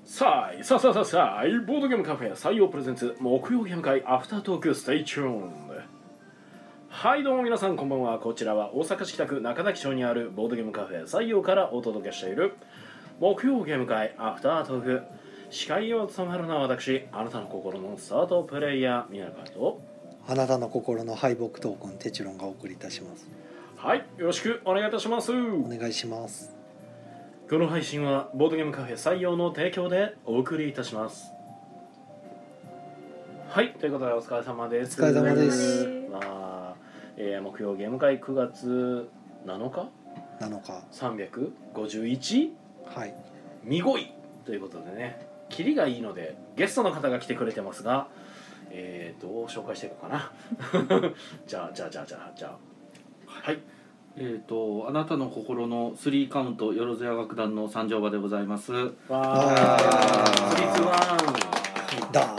さあボードゲームカフェ採用プレゼンツ木曜ゲーム会アフタートークステイチューン。はいどうも皆さんこんばんは。こちらは大阪市北区中崎町にあるボードゲームカフェ採用からお届けしている木曜ゲーム会アフタートーク。司会を務めるのは私、あなたの心のスタートプレイヤー宮中と、 あなたの心の敗北トークンテチロンがお送りいたします。 はいよろしくお願いいたします。 お願いします。 この配信はボードゲームカフェ採用の提供でお送りいたします。はいということでお疲れ様です。 お疲れ様です。 木曜ゲーム会9月7日351 はいみごいということでね、キリがいいのでゲストの方が来てくれてますが、紹介していこうかなじゃあはい、 あなたの心の3カウントよろずや楽団の三条場でございます。 わースリーツワンだ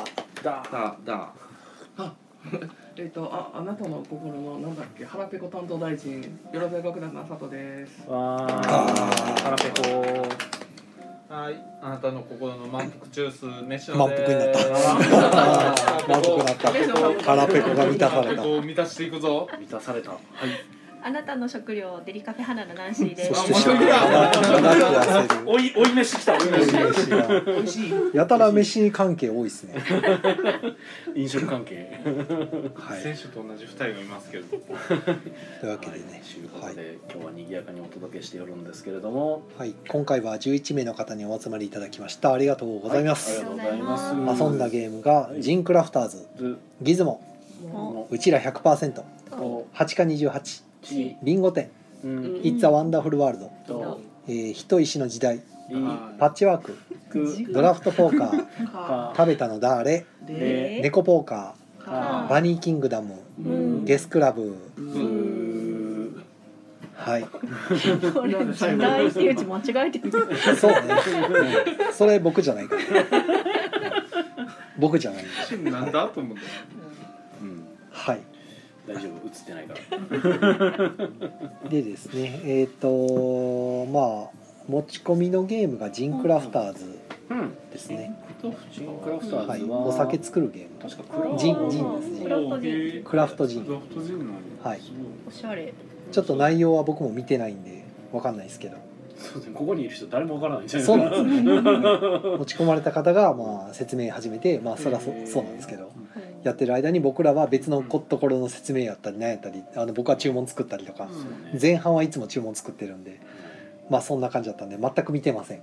あなたの心のなんだっけ腹ペコ担当大臣よろずや楽団の佐藤です。 わー腹ペコはい、あなたの心の満腹ジュース飯満腹になった満腹になった腹ペコが満たされた。 満たしていくぞ。 満たされた。はいあなたの食料デリカフェ花のナンシーです。 そして食わせるおい飯来た。 美味しい。 やたら飯関係多いですね。 飲食関係はい選手と同じ2人がいますけどというわけでね、 ということで、今日は賑やかにお届けしておるんですけれども、 はい、今回は11名の方にお集まりいただきました。ありがとうございます。 ありがとうございます。 遊んだゲームがジンクラフターズ、ギズモ、うちら 100%、8か28、リンゴ店、イッツアワンダフルワールド、人石の時代、パッチワーク、ドラフトポーカー、食べたのだーれ、猫ポーカー、バニーキングダム、ゲスクラブ、はい。 これ時代っていう字間違えてる。 そうね。それ僕じゃないから。僕じゃない。 なんだと思って。 はい。 大丈夫映ってないからでですね、まあ持ち込みのゲームがジンクラフターズですね。 ジンクラフターズは、 はい、お酒作るゲーム。 確かジンですね。クラフトジン。はい。 おしゃれ。 ちょっと内容は僕も見てないんでわかんないですけど。 そうですね、ここにいる人誰もわからないんじゃないそうなんですね。持ち込まれた方がまあ説明始めて、まあそりゃそうなんですけど。やってる間に僕らは別のところの説明やったり何やったり、僕は注文作ったりとか、前半はいつも注文作ってるんで、まあそんな感じだったんで全く見てません。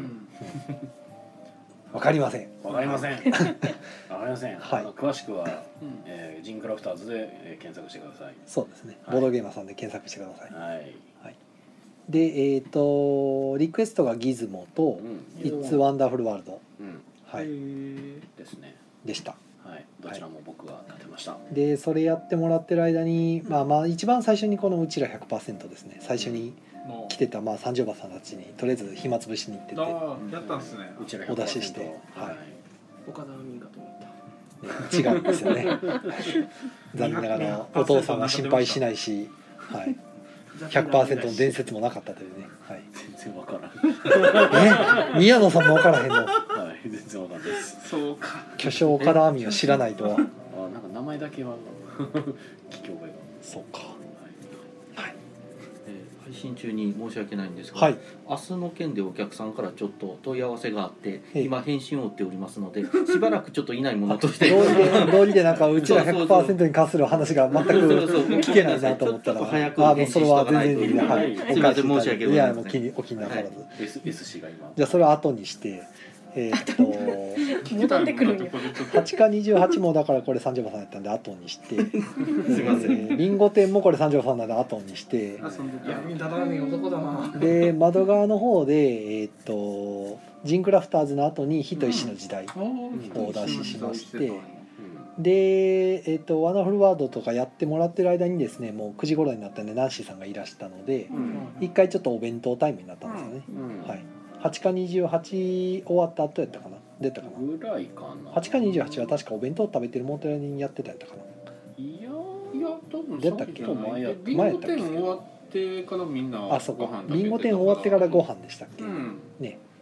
わかりません。 わかりません。 はい。 詳しくは、ジンクラフターズで、検索してください。 そうですね。ボードゲーマーさんで検索してください。 はい。 で、リクエストがギズモと、It's Wonderful World、はい、 ですね。 でした。 はい、どちらも僕が立てました。 で、それやってもらってる間に、まあ一番最初にこのうちら 100% ですね。最初に来てた三条馬さんたちにとりあえず暇つぶしに行ってて、 やったんですね。 うちら 100% お出しして、はい。 岡田民かと思った。 違うんですよね。残念ながらお父さんが心配しないし、はい。100% の伝説もなかったというね。はい。 全然わからん。 宮野さんもわからへんの。 はい、全然わかんないです。 そうか。 巨匠岡田亜美を知らないとは。 なんか名前だけは聞き覚えが。 そうか。 配信中に申し訳ないんですが、 はい、 明日の件でお客さんからちょっと問い合わせがあって今返信を追っておりますのでしばらくちょっといないものとして道理でなんかうちら 100% に関する話が全く聞けないなと思ったら、 ちょっと早くもうそれは全然できない。はい、 すいません申し訳ございません。 いやもうお気になさらず。 S 氏が今。 じゃあそれは後にして。 戻ってくるんや。 8か28もだからこれ三条馬さんやったんで後にして、すいません。 リンゴ店もこれ三条馬さんなんで後にして、 闇だらめ男だな。 で窓側の方でジンクラフターズの後に火と石の時代をお出ししまして、でワナフルワードとかやってもらってる間にですね、もう9時頃になったんでナンシーさんがいらしたので、一回ちょっとお弁当タイムになったんですよね。はい。8か28終わった後やったかな、出たかなぐらいかな。 8か28は確かお弁当食べてるモテラにやってたやったかな。 いや多分出たっけリンゴ店終わってからみんなあ、そうか。リンゴ店終わってからご飯でしたっけ。ね。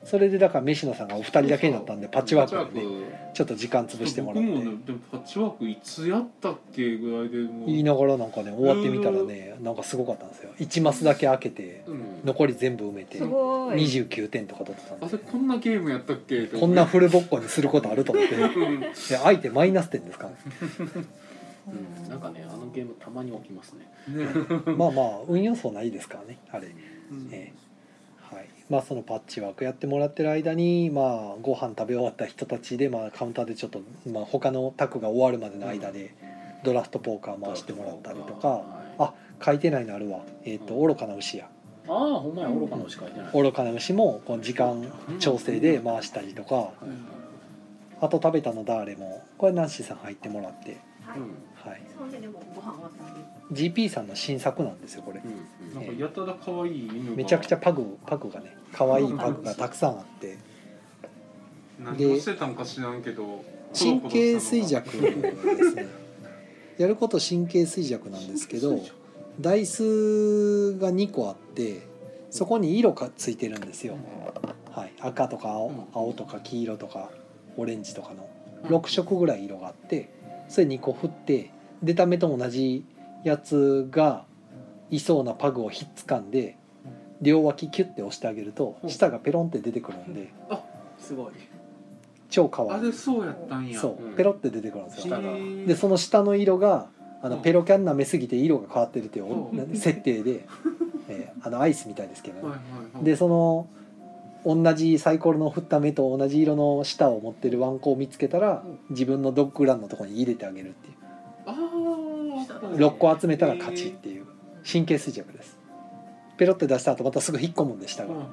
それでだから飯野さんがお二人だけになったんでパッチワークでねちょっと時間潰してもらって僕もねでもパッチワークいつやったっけぐらいでもう言いながらなんかね終わってみたらねなんかすごかったんですよ。1マスだけ開けて残り全部埋めてすごい。 29点とか取ってたんであれこんなゲームやったっけこんなフルボッコにすることあると思ってで相手マイナス点ですかうん、なんかねあのゲームたまに起きますね。 ねまあまあ運要素ないですからねあれ、 うんはい、まあそのパッチワークやってもらってる間にまあご飯食べ終わった人たちでまあカウンターでちょっとまあ他のタクが終わるまでの間でドラフトポーカー回してもらったりとか、 はいあ書いてないのあるわ愚かな牛やああほんまや愚かな牛書いてない。 愚かな牛もこう時間調整で回したりとか、 はいあと食べたの誰もこれナンシーさん入ってもらって、 はい。 はい、 そうでもご飯終わったんで。 GP さんの新作なんですよこれ。 うんなんかやたら可愛い犬がめちゃくちゃパグがね可愛いパグがたくさんあって何をしてたんか知らんけど神経衰弱ですねやること神経衰弱なんですけどダイスが2個あってそこに色がついてるんですよ、はい、赤とか青とか黄色とかオレンジとかの6色ぐらい色があってそれ2個振って出た目と同じやつがいそうなパグをひっつかんで両脇キュッて押してあげると舌がペロンって出てくるんですごい。 超可愛いあれそうやったんやそうペロって出てくるんですよ下がでその下の色がうんペロキャン舐めすぎて色が変わってるっていううん設定で、アイスみたいですけどね、 はいはいはいでその同じサイコロの振った目と同じ色の舌を持ってるワンコを見つけたら自分のドッグランのところに入れてあげるっていうあー 6個集めたら勝ちっていう神経衰弱です。ペロって出した後またすぐ引っ込むんで舌が、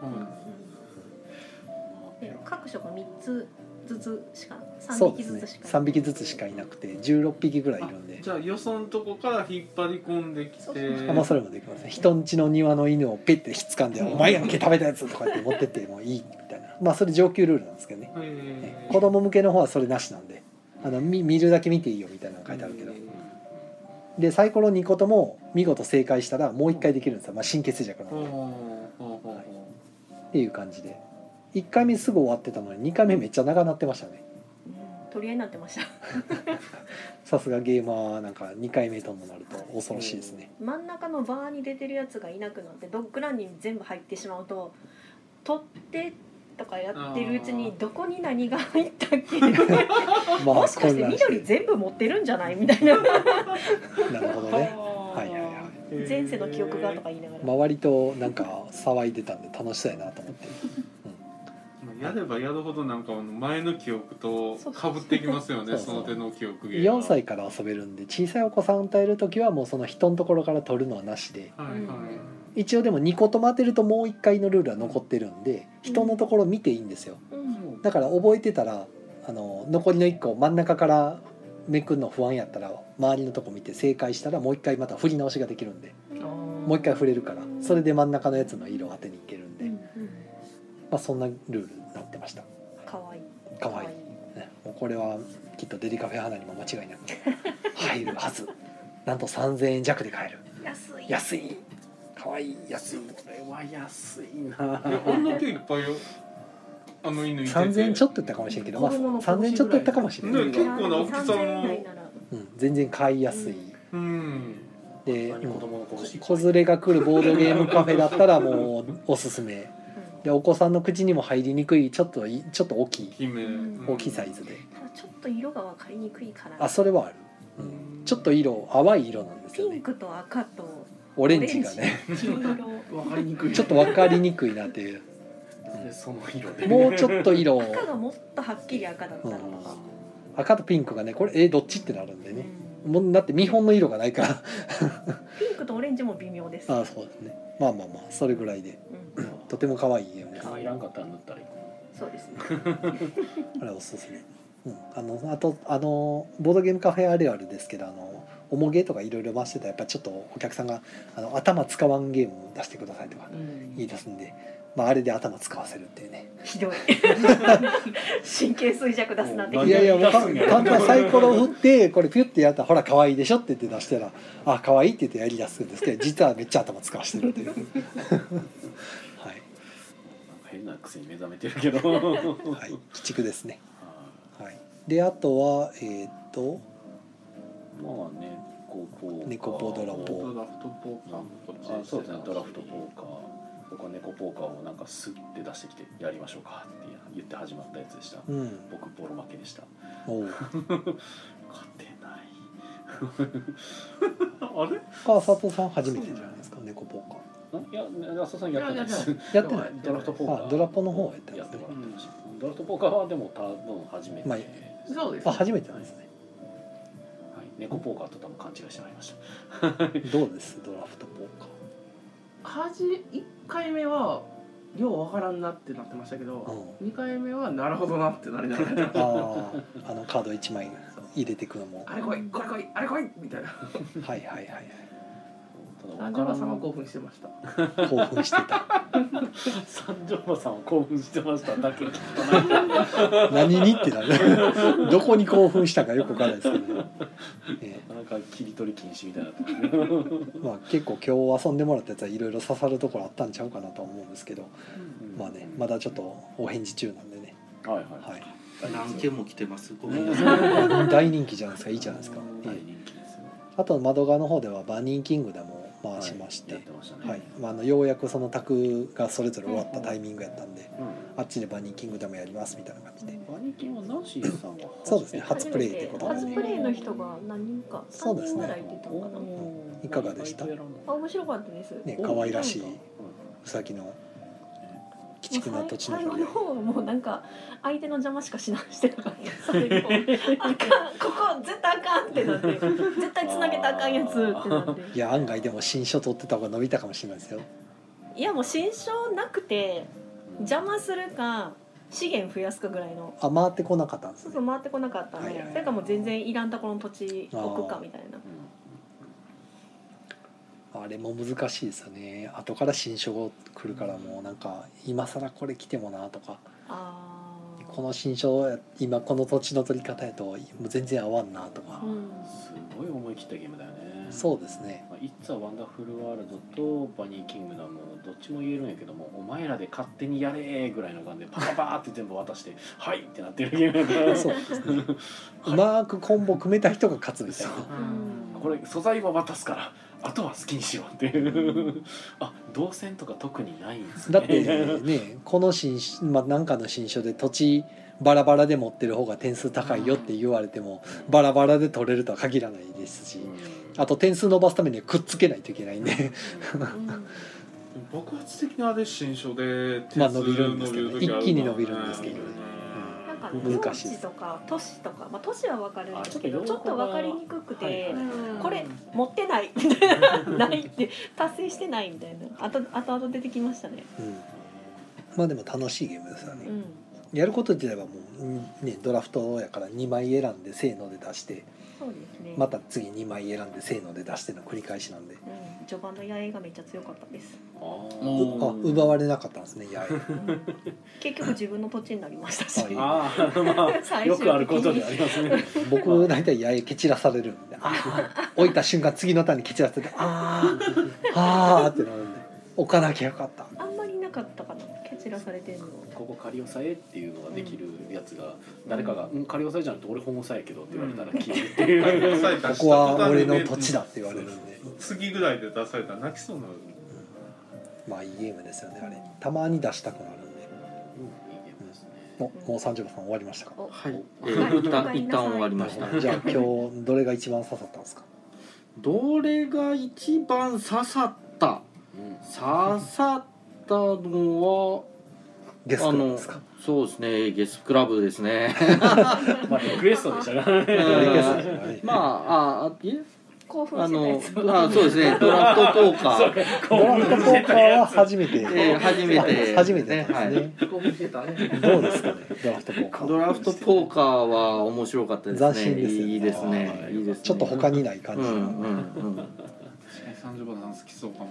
で各色3つずつしか3 そうですね匹ずつしか。 3匹ずつしかいなくて16匹ぐらいいるんでじゃあよそのとこから引っ張り込んできてまあそれもできますね。人ん家の庭の犬をペッてひっつかんで「お前やんけ食べたやつ」とかって持ってってもいいみたいなまあそれ上級ルールなんですけどね、子供向けの方はそれなしなんで見るだけ見ていいよみたいなの書いてあるけどでサイコロ2個とも見事正解したらもう1回できるんですよ、まあ、神経衰弱なんでっていう感じで1回目すぐ終わってたのに2回目めっちゃ長なってましたね。 取り合いになってました。 さすがゲーマーなんか2回目ともなると恐ろしいですね。 真ん中のバーに出てるやつがいなくなってドッグランに全部入ってしまうと取ってとかやってるうちにどこに何が入ったっけまもしかして緑全部持ってるんじゃないみたいななるほどね。はいはいはい。 前世の記憶がとか言いながら、 周りとなんか騒いでたんで楽しそうやなと思って。 やればやるほどなんか前の記憶と被ってきますよね。 そうその手の記憶 4歳から遊べるんで小さいお子さんとやるときはもうその人のところから取るのはなしではいはい一応でも2個とも当てるともう1回のルールは残ってるんで人のところ見ていいんですよ。 うんだから覚えてたら残りの1個真ん中からめくるの不安やったら周りのとこ見て正解したらもう1回また振り直しができるんでもう1回振れるからそれで真ん中のやつの色を当てにいけるんで、まあ、そんなルールになってました。 かわいいかわいい、ね、もうこれはきっとデリカフェ花にも間違いなく入るはず。なんと3000円弱で買える。 安い安いかわいい安い。 これは安いな。 あんだけいっぱいよ犬いてて 3000円ちょっと言ったかもしれんけど、まあ、3000円ちょっと言ったかもしれない、 ね結構な大きさの 3000円以内なら全然買いやすい、 うんで他に子供の子子連れが来るボードゲームカフェだったらもうおすすめでお子さんの口にも入りにくいちょっと大きい姫大きいサイズで、 ちょっと色が分かりにくいからあそれはある、ちょっと淡い色なんですよね。 ピンクと赤とオレンジがね黄色分かりにくい。 ちょっと分かりにくいなっていうでその色で。 もうちょっと色赤がもっとはっきり赤だったらとか、 赤とピンクがねこれどっちってなるんでね、もうだって見本の色がないからピンクとオレンジも微妙です。 あそうですねまあそれぐらいでとても可愛いゲームです。 いらんかったら塗ったらいい。 そうですね。 あれおすすめ。あとボードゲームカフェあるあるですけどおもげとかいろいろ回してたらやっぱちょっとお客さんが頭使わんゲーム出してくださいとか言い出すんで、まあ、あれで頭使わせるっていうね。 ひどい。神経衰弱出すなんてひどいやいやもう簡単サイコロを振ってこれピュッてやったらほら可愛いでしょって言って出したらあ可愛いって言ってやりだすんですけど実はめっちゃ頭使わしてるというはい変な癖に目覚めてるけどはい鬼畜ですね。はい。であとはまあ猫ポドラポドラフトポーカーもこっちでそうですね、ドラフトポーカー、僕は猫ポーカーをなんかスッて出してきてやりましょうかって言って始まったやつでした。僕ボロ負けでした。 お勝てないあれ佐藤さん初めてじゃないですか猫ポーカいや、安田さんやってないです。 やってないドラフトポーカー。 ドラポの方をやってもらってました。ドラフトポーカーはでも多分初めて。 そうです。 初めてなんですね。 はい、猫ポーカーと多分勘違いしてまいりました。 どうですドラフトポーカー。 1回目はようわからんなってなってましたけど、2回目はなるほどなってなりながらカード1枚入れていくのもあれ来いこれ来いあれ来いみたいな。 はいはいはいはい。 三条馬さんは興奮してました。 興奮してた。 三条馬さんは興奮してましただけ聞くと何にってなる。どこに興奮したかよくわからないですけど、なんか切り取り禁止みたいなまあ結構今日遊んでもらったやつはいろいろ刺さるところあったんちゃうかなとは思うんですけど、まあねまだちょっとお返事中なんでね。 はいはい。 何件も来てます。ごめんなさい。 大人気じゃないですか。いいじゃないですか。 大人気ですよ。 あと窓側の方ではバニーキングダムを回しまして、ようやくその卓がそれぞれ終わったタイミングやったんで、あっちでバニーキングダムやりますみたいな感じで。 バニーキンはナンシーさんはそうですね初プレイってことですね。 初プレイの人が何人か3人ぐらい出たのかな。 いかがでした？ 面白かったです。 ね可愛らしいうさぎの鬼畜な土地の最後の方はもうなんか相手の邪魔しかしなしてなかった。最後あかんここ絶対あかんってなって絶対つなげたらあかんやつってなって。 いや案外でも新書取ってた方が伸びたかもしれないですよ。 いやもう新書なくて邪魔するか資源増やすかぐらいの。 回ってこなかったんですね。 そう回ってこなかったんで、それかもう全然いらんところの土地置くかみたいな。 あれも難しいですよね。後から新書来るからもうなんか今更これ来てもなとか、この新書今この土地の取り方やともう全然合わんなとか、 すごい思い切ったゲームだよね。 そうですね。 It's a Wonderful World とバニーキングダムどっちも言えるんやけども、お前らで勝手にやれぐらいの感じでパパパーって全部渡してはいってなってるゲームやから。 そうですね。うまくコンボ組めた人が勝つみたいな。 これ素材は渡すからあとは好きにしようっていうあ、動線とか特にないんですね。 だってねこのなんかの新書で土地バラバラで持ってる方が点数高いよって言われてもバラバラで取れるとは限らないですし、あと点数伸ばすためにはくっつけないといけないんで爆発的なあれ新書で伸びるんですけど、一気に伸びるんですけど、 難しいとか都市とか、都市は分かるんですけどちょっと分かりにくくて、これ持ってないみたいなないって達成してないみたいな後々出てきましたね。 まあでも楽しいゲームですよね。やること自体はもうねドラフトやから2枚選んでせーので出して、 そうですね、 また次2枚選んでせーので出しての繰り返しなんで、 序盤の八重がめっちゃ強かったです。 奪われなかったんですね八重。 結局自分の土地になりましたし、 まあよくあることでありますね。 僕大体八重蹴散らされるんで、置いた瞬間次のターンに蹴散らせてあーってなるんで置かなきゃよかった。 あんまりなかったかな蹴散らされてるの。 ここ仮押さえっていうのができるやつが誰かが仮押さえじゃなくて俺本押さえけどって言われたら消えるっていうここは俺の土地だって言われるんで、 次ぐらいで出されたら泣きそうになる。 まあいいゲームですよねあれ。たまに出したくなるんで。もう三条さん終わりましたか？ はい、一旦終わりました。 じゃあ今日どれが一番刺さったんですか？ どれが一番刺さった？刺さったのはゲスクラブですか？ そうですね、ゲスクラブですね。 まあリクエストでしたからね。 まあ興奮してたやつ。 そうですね、ドラフトポーカー。 ドラフトポーカーは初めて。 初めてですね。 興奮してたね。 どうですかね、ドラフトポーカー。 ドラフトポーカーは面白かったですね。 斬新ですよね。 いいですね。いいですね。 ちょっと他にない感じ。 30番好きそうかも。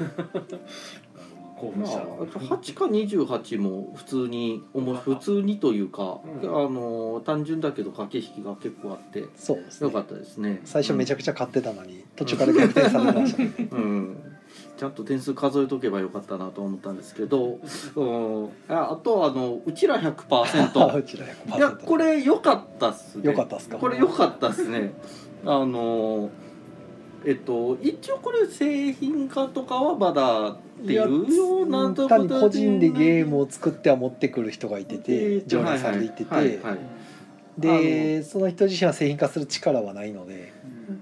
8か28も普通にというか、単純だけど駆け引きが結構あってそうですね、 よかったですね。 最初めちゃくちゃ勝ってたのに途中から逆転されましたね。 ちゃんと点数数えとけばよかったなと思ったんですけど、あとうちら 100% うちら100% いやこれ良かったっすね。 良かったっすか。 これ良かったっすね。一応これ製品化とかはまだっていうようなところで、 単に個人でゲームを作っては持ってくる人がいてて、常連さんでいてて、でその人自身は製品化する力はないので、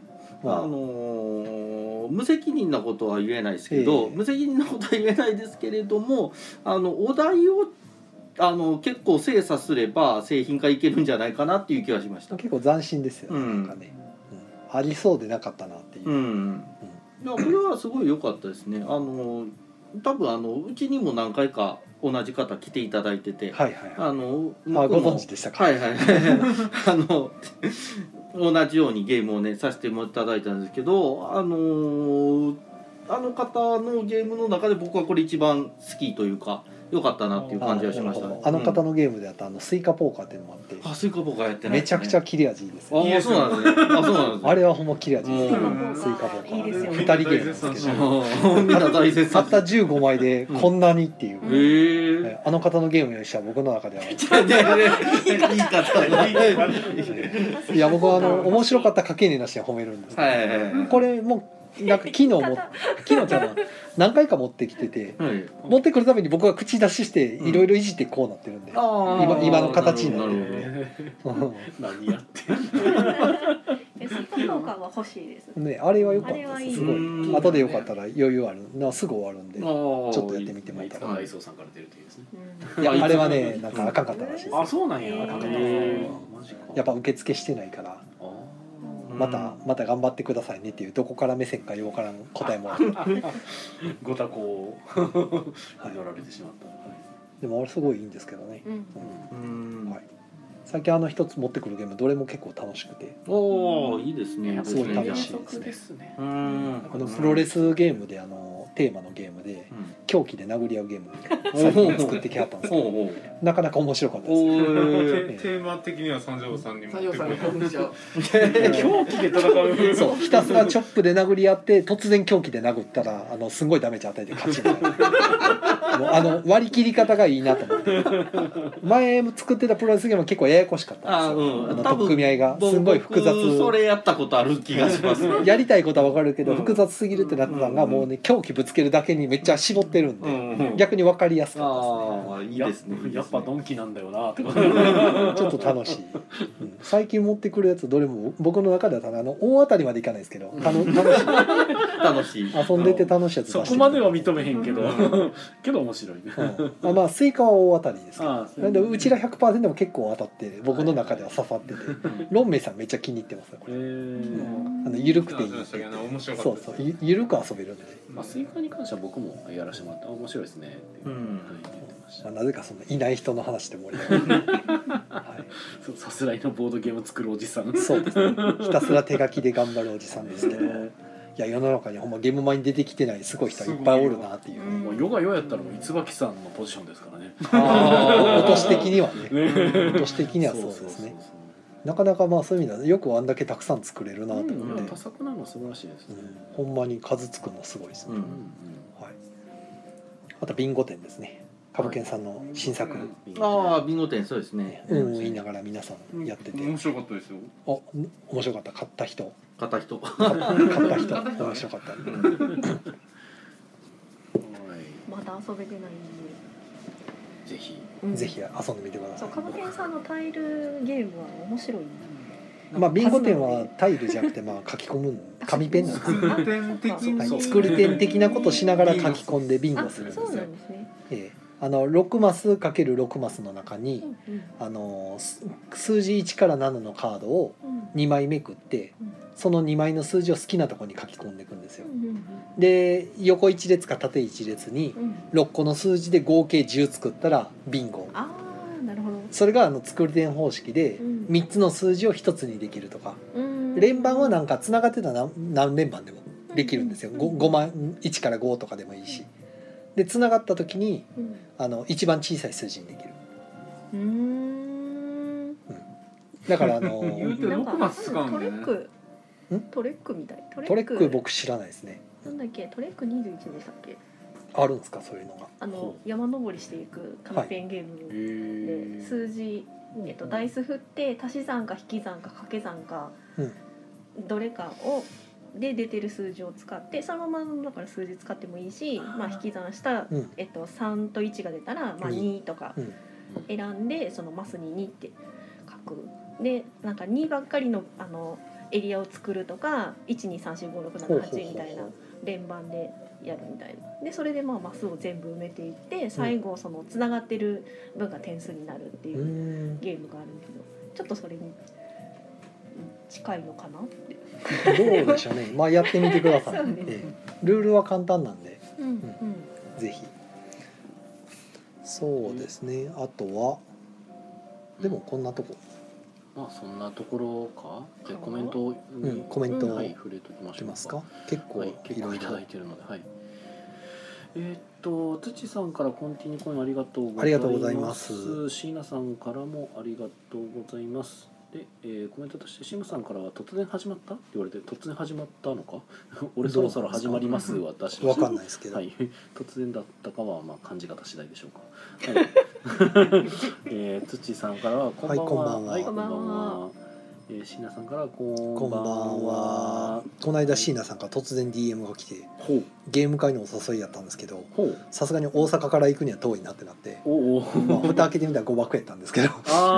無責任なことは言えないですけど、無責任なことは言えないですけれども、お題を結構精査すれば製品化いけるんじゃないかなっていう気がしました。 結構斬新ですよね、なんかね、ありそうでなかったなっていう、 いやこれはすごい良かったですね。多分うちにも何回か同じ方来ていただいてて、 はいはい、ご存知でしたか。 はいはい同じようにゲームをねさせてもいただいたんですけど、あの方のゲームの中で僕はこれ一番好きというか良かったなっていう感じがしましたね。 あの方のゲームであったスイカポーカーっていうのもあって、 スイカポーカーやってない、 めちゃくちゃ切れ味いいですよ。 あ、そうなんですね。あ、そうなんですね。 あれはほんま切れ味いいですよ。 スイカポーカーいいですよね。 2人ゲームなんですけど、 みんな大絶賛。 たった15枚でこんなにっていう、あの方のゲームよりしたら僕の中では言い方いや僕は面白かった賭けになしで褒めるんですけど、これもなんか昨日ちゃんは何回か持ってきてて、持ってくるために僕が口出ししていろいろいじってこうなってるんで、今の形になってるんで何やってんスイカポーカーは欲しいですね。あれは良かったです。すごいい後でよかったら余裕あるすぐ終わるんでちょっとやってみてもらったら。 ダイソーさんから出るといいですね。 いやあれはねなんかあかんかったらしいです。 あ、そうなんや。あかんかった。 やっぱ受付してないからまた頑張ってくださいねっていう、どこから目線かようからん答えもらってご多幸を祈られてしまった。 でもあれすごいいいんですけどね。はい、最近一つ持ってくるゲームどれも結構楽しくて、 いいですね。 すごい楽しいですね。プロレスゲームでテーマのゲームで狂気で殴り合うゲーム最近作ってきはったんですけど、なかなか面白かったです。 テーマ的には三条さんにも狂気で戦う。 そう、ひたすらチョップで殴り合って突然狂気で殴ったらすごいダメージ与えて勝ちみたいな。もう割り切り方がいいなと思って。前作ってたプロレスゲームは結構ややこしかったんですよ。取っ組み合いがすごい複雑。 それやったことある気がします。 やりたいことは分かるけど複雑すぎるってなってたのが、もうね狂気ぶつけるだけにめっちゃ絞ってるんで、逆に分かりやすかったですね。 いいですね。 やっぱドンキなんだよなって。ちょっと楽しい。最近持ってくるやつどれも僕の中では大当たりまでいかないですけど楽しい。遊んでて楽しいやつ出してる。 そこまでは認めへんけどけど面白いね。 まあスイカは大当たりですけど、うちら 100% も結構当たって僕の中では刺さってて、ロンメイさんめっちゃ気に入ってますよこれ。ゆるくていい。そうそう、ゆるく遊べるんで。 スイカに関しては僕もやらせてもらって面白いですね。 なぜかそのいない人の話で盛り上がる。 さすらいのボードゲーム作るおじさん。 そうですね。ひたすら手書きで頑張るおじさんですけど。いや世の中にほんまゲームマに出てきてないすごい人いっぱいおるなっていう。 ヨガヨやったらもう椿さんのポジションですからね。 落とし的にはね。落とし的にはそうですね。なかなかそういう意味ではよくあんだけたくさん作れるなと思って。 多作なの素晴らしいですね。 ほんまに数作るのすごいですね。はい。あとビンゴ店ですね。株券さんの新作。 ビンゴ店そうですね。 言いながら皆さんやってて。 面白かったですよ。 面白かった。買った人。 買った人。 面白かった。 まだ遊べてないんで。 ぜひ遊んでみてください。 株券さんのタイルゲームは面白い。 ビンゴ店はタイルじゃなくて書き込む紙ペンなんです。作り点的なことしながら書き込んでビンゴするんですよ。 そうなんですね。 6マス ×6 マスの中に数字1から7のカードを2枚めくってその2枚の数字を好きなところに書き込んでいくんですよ。で横1列か縦1列に6個の数字で合計10作ったらビンゴ。 なるほど。 それが作り点方式で3つの数字を1つにできるとか、連番はなんかつながってたら何連番でもできるんですよ。5枚1から5とかでもいいし、でつながった時に一番小さい数字にできる。だから言うて6マス使うんでね。 トレックみたい。 トレック僕知らないですね。 なんだっけトレック21でしたっけ。 あるんですかそういうのが。 山登りしていく紙ペンゲームで、数字、ダイス振って足し算か引き算か掛け算か、どれかをで出てる数字を使ってそのままだから数字使ってもいいし、まあ、引き算した、3と1が出たら、まあ、2とか選んでそのマスに2って書く。でなんか2ばっかりのエリアを作るとか 123456788 みたいな連番でやるみたいな。でそれでまあマスを全部埋めていって最後そのつながってる分が点数になるっていうゲームがあるんだけど、ちょっとそれに近いのかなって。 どうでしょうね。まあやってみてください。ルールは簡単なんで、ぜひ。そうですね。あとはでもこんなとこ。 まあそんなところか。じゃあコメントコメントはい触れときましょうますか。結構いろいろいただいてるので、はい。土さんからコンティニューコインありがとうございます。椎名さんからもありがとうございます。で、コメントとしてシムさんからは突然始まったって言われて突然始まったのか俺そろそろ始まります私わかんないですけど、 はい、突然だったかはまあ感じ方次第でしょうか。はい、土さんからはこんばんは。はい、こんばんは。椎名さんからこんばんは。 この間椎名さんから突然 DM が来て、ゲーム会のお誘いやったんですけど、さすがに大阪から行くには遠いなってなって、まあ蓋開けてみたら誤爆やったんですけど、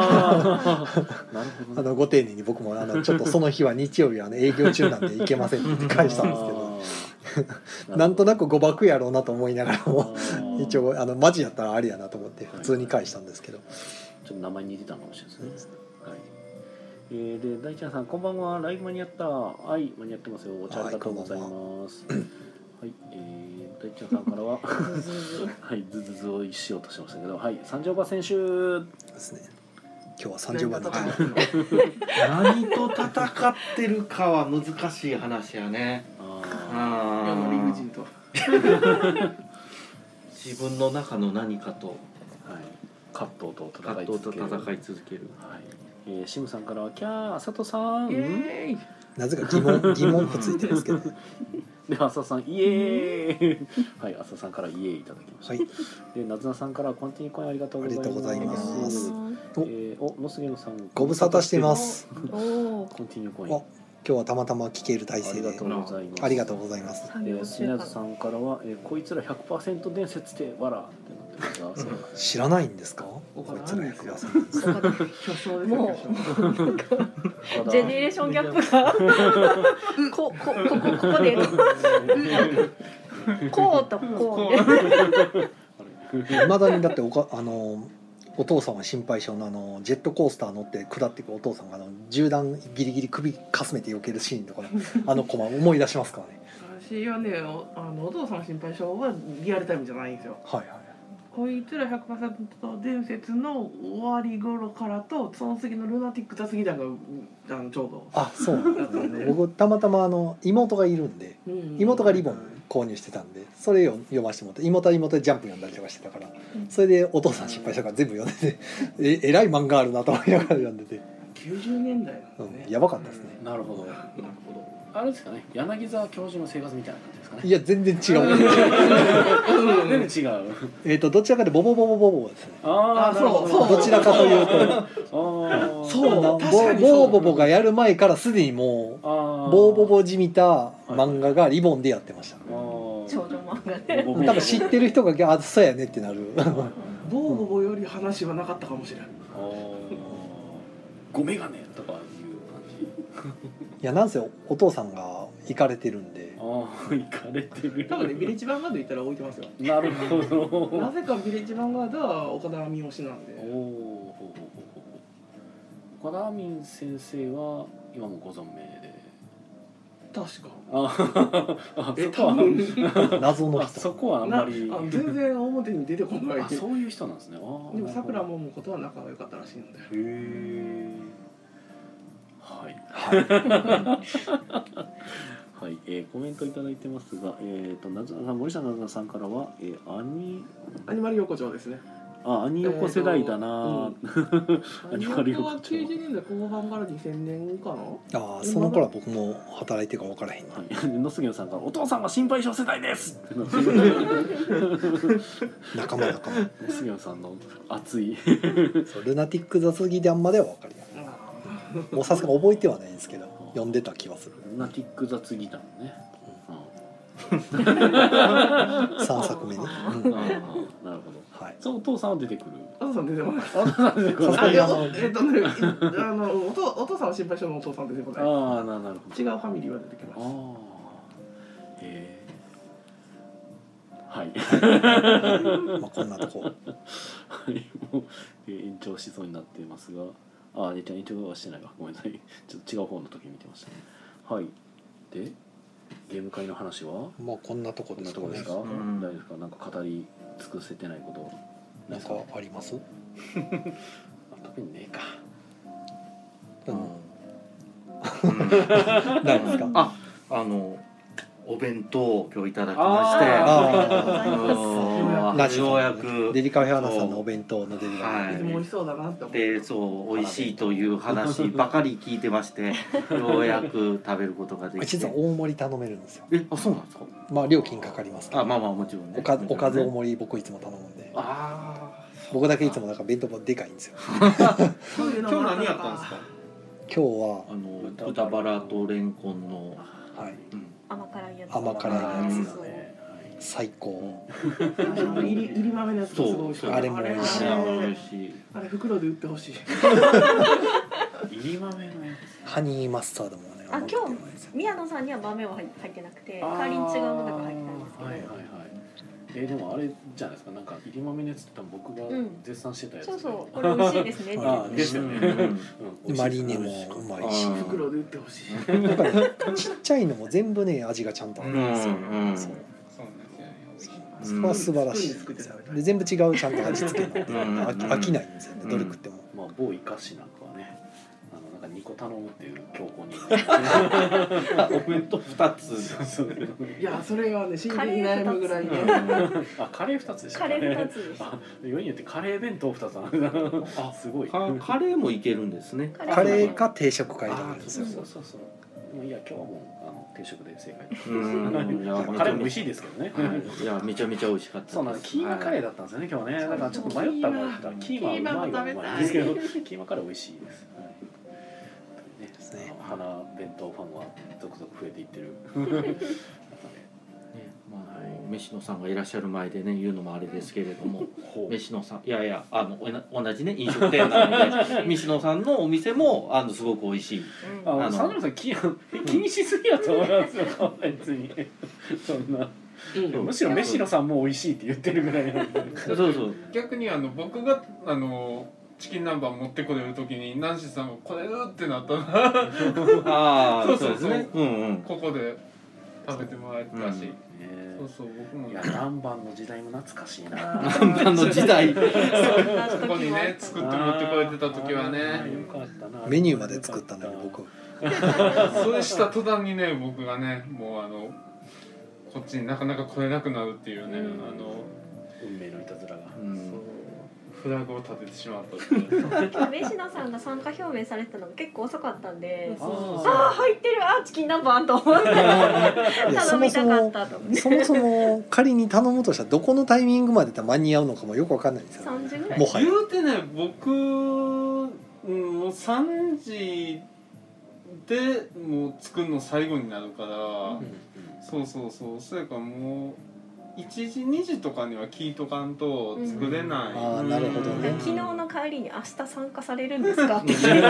ご丁寧に僕もちょっとその日は日曜日は営業中なんで行けませんって返したんですけどなんとなく誤爆やろうなと思いながらも一応マジやったらありやなと思って普通に返したんですけど、 ちょっと名前似てたかもしれないですね。で大ちゃんさんこんばんは。ライブ間に合った。はい間に合ってますよ。お茶ありがとうございます。はい大ちゃんさんからははいズズズをしようとしてましたけど、はい三条馬選手ですね。今日は三条馬に何と戦ってるかは難しい話やね。 世の理不尽と自分の中の何かと、 葛藤と戦い続ける。 シムさんからはキャー佐藤さんなぜか疑問符ついてるんですけどで浅さんイエーイはい浅さんからイエーイいただきました。でなずなさんからコンティニューコインありがとうございます。野杉野さんご無沙汰してます。 コンティニューコイン今日はたまたま聞ける体制でありがとうございます。 スナズさんからはこいつら 100% 伝説でわらってなってますが知らないんですか。こいつら 100% もうジェネレーションギャップがここでこうとこういまだにだってお父さんは心配性のジェットコースター乗って下っていくお父さんが銃弾ギリギリ首かすめて避けるシーンとかコマ思い出しますからね。 私はねお父さんの心配性はリアルタイムじゃないんですよ。こいつら 100% 伝説の終わり頃からとその次のルナティック雑技団がちょうどそうなんですね。僕たまたま妹がいるんで、妹がリボン購入してたんでそれを読ませてもらって妹は妹でジャンプ読んだりとかしてたから、それでお父さん失敗したから全部読んでてえらい漫画あるなと思いながら読んでて 90年代なんですね。 やばかったですね。 なるほどあれですかね柳沢教授の生活みたいな感じですかね。 いや全然違う全然違う。 どちらかでボボですね。 そうどちらかというとボーボボがやる前からすでにもうボーボボじみた漫画がリボンでやってました。 少女漫画で多分知ってる人があそうやねってなる。 ボーボボより話はなかったかもしれない。 ごメガネとかいう感じ。 いやなんせお父さんが行かれてるんで。 行かれてる。 多分ねビレッジヴァンガード行ったら置いてますよ。 なるほど。 なぜかビレッジヴァンガードは岡田亜美推しなんで。 岡田亜美先生は今もご存命で。 確か。 多分謎の人。 そこはあんまり全然表に出てこない。 そういう人なんですね。でもさくらももことは仲が良かったらしいので。 はい、コメントいただいてますが、森下なずなさんからは、アニマル横丁ですね。 アニオコ世代だな。 アニオコは90年代後半から2000年かな。 ああ、その頃は僕も働いてるか分からへん。 野杉さんがお父さんが心配性世代です。 仲間。野杉さんの熱い。 ルナティック雑技団までは分かります。もうさすが覚えてはないんですけど、読んでた気はする。 ルナティック雑技団ね。 3作目ね。 なるほど。はい。そう、お父さんは出てくる。 お父さん出てこない。 さすがにお父さんは心配性のお父さん出てこない。 ああ、なるほど。 違うファミリーは出てきます。 はい。 まあこんなとこ。 はい。もう延長しそうになっていますが、ああ、じゃあ延長はしてないわ。ごめんなさい。ちょっと違う方の時見てましたね。はい。で。ゲーム会の話はまあこんなとこですかね。 大丈夫ですか。なんか語り尽くせてないことなんかあります？ 特にねえか。 何ですか？ あ、お弁当を今日いただきまして、ようやくデリカフェ花さんのお弁当のデリカフェ、 美味しそうだなって思って、 で、そう美味しいという話ばかり聞いてまして、ようやく食べることができて、 実は大盛り頼めるんですよ。 あ、そうなんですか？ まあ料金かかりますけど。 まあもちろんね。 おかず大盛り僕いつも頼むんで。僕だけいつもなんか弁当箱でかいんですよ。 今日何やったんですか？ 今日は豚バラとレンコンの甘辛いやつ。 甘辛いやつ。最高。 入り豆のやつすごい美味しい。 あれも美味しい。 あれ袋で売ってほしい。 入り豆のやつ。 ハニーマスタードもね。 今日宮野さんには豆は入ってなくて、代わりに違うものが入ってたんですけど。 でもあれじゃないですか。なんか入り豆のやつって僕が絶賛してたやつ。 そうこれ美味しいですね。 ですよね。 マリネもうまいし。 袋で売ってほしい。 ちっちゃいのも全部ね味がちゃんとあるんですよ。そこは素晴らしいですよ。で全部違うちゃんと味付けの飽きないんですよね。どれ食っても。 まあ某イカシなんかはね、なんか2個頼むっていう強行に。 お弁当2つ。 いやそれがね真剣に悩むぐらいね。 カレー2つでした。 カレー2つです。 世によってカレー弁当2つある。あ、すごい。 カレーもいけるんですね。 カレーか定食か選べるんですよ。 そう。いや今日はもう定食で正解です。カレーも美味しいですけどね。 いやめちゃめちゃ美味しかった。 そうなんです。キーマカレーだったんですよね今日ね。だからちょっと迷ったのがキーマうまいはうまいですけど、キーマカレー美味しいです。花弁当ファンは続々増えていってる。 飯野さんがいらっしゃる前でね言うのもあれですけれども、飯野さんいや同じね飲食店なので飯野さんのお店もすごく美味しい。 三條さん気にしすぎやと思いますよ。別にそんな。むしろ飯野さんも美味しいって言ってるぐらいなんで。 そう逆に僕がチキン南蛮持ってこれる時にナンシーさんがこれるってなったな。そうですね。ここで食べてもらえたし。そう僕も。いや南蛮の時代も懐かしいな。 南蛮の時代。 そこにね作って持ってこれてた時はね。 メニューまで作ったんだけど僕。 それした途端にね僕がねもうこっちになかなか来れなくなるっていうね運命のいたずらが。 フラグを立ててしまったって今日飯野さんが参加表明されてたのが結構遅かったんで、入ってるチキン南蛮と思って頼みたかったと思って。 そもそも仮に頼むとしたらどこのタイミングまで間に合うのかもよくわかんないんですよ。 3時ぐらい。 もはや言うてね僕もう3時でもう作るの最後になるから、それからもう1時2時とかには聞いとかんと作れない。 なるほどね。 昨日の帰りに明日参加されるんですかって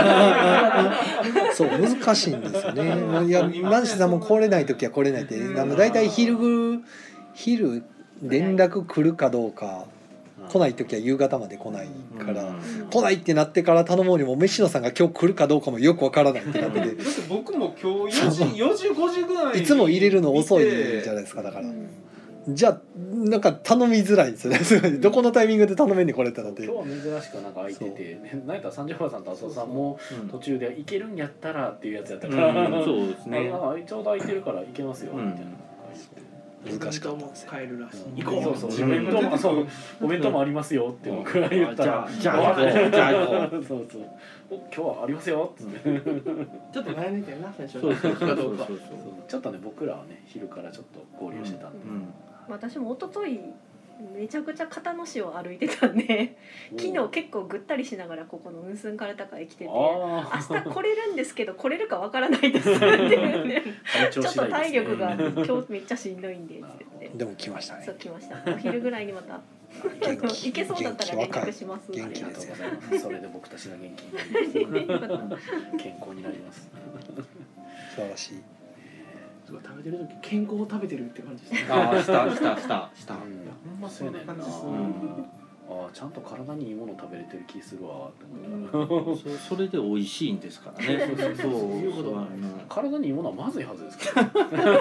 そう難しいんですよね。いやナンシーさんも来れない時は来れないってだいたい昼連絡来るかどうか。来ない時は夕方まで来ないから、来ないってなってから頼むにも飯野さんが今日来るかどうかもよくわからないってなってて。 だって僕も今日4時5時ぐらいいつも入れるの遅いじゃないですか。だから。じゃあなんか頼みづらいですよね。どこのタイミングで頼めんねこれってなって。 今日は珍しくなんか空いてて、なんやったら三条原さんと浅田さんも途中で行けるんやったらっていうやつやったから、 そうですね。 ちょうど空いてるから行けますよみたいな。 難しかったんですよ。 買えるらしい。 行こう。そうそう。お弁当もありますよって僕が言ったら、 じゃあ行こう。 そうそう。今日はありますよって。 ちょっと悩んでたよな最初。 そうそうそうそうちょっとね僕らはね昼からちょっと合流してたんで。 私も一昨日めちゃくちゃ片野市を歩いてたんで昨日結構ぐったりしながらここの雲仙カルタカへ来てて明日来れるんですけど来れるかわからないですっていうねちょっと体力が今日めっちゃしんどいんでって言ってでも来ましたね。 そう来ましたお昼ぐらいにまた行けそうだったら連絡します。 元気ありがとうですよ。 ございます。それで僕たちが元気になります。健康になります。 素晴らしい。 すごい食べてる時健康を食べてるって感じですね。 ああした。 ほんまそうやねんな。あちゃんと体にいいもの食べれてる気するわって思った。 それで美味しいんですからね。そういうことだね。 体にいいものはまずいはずですから。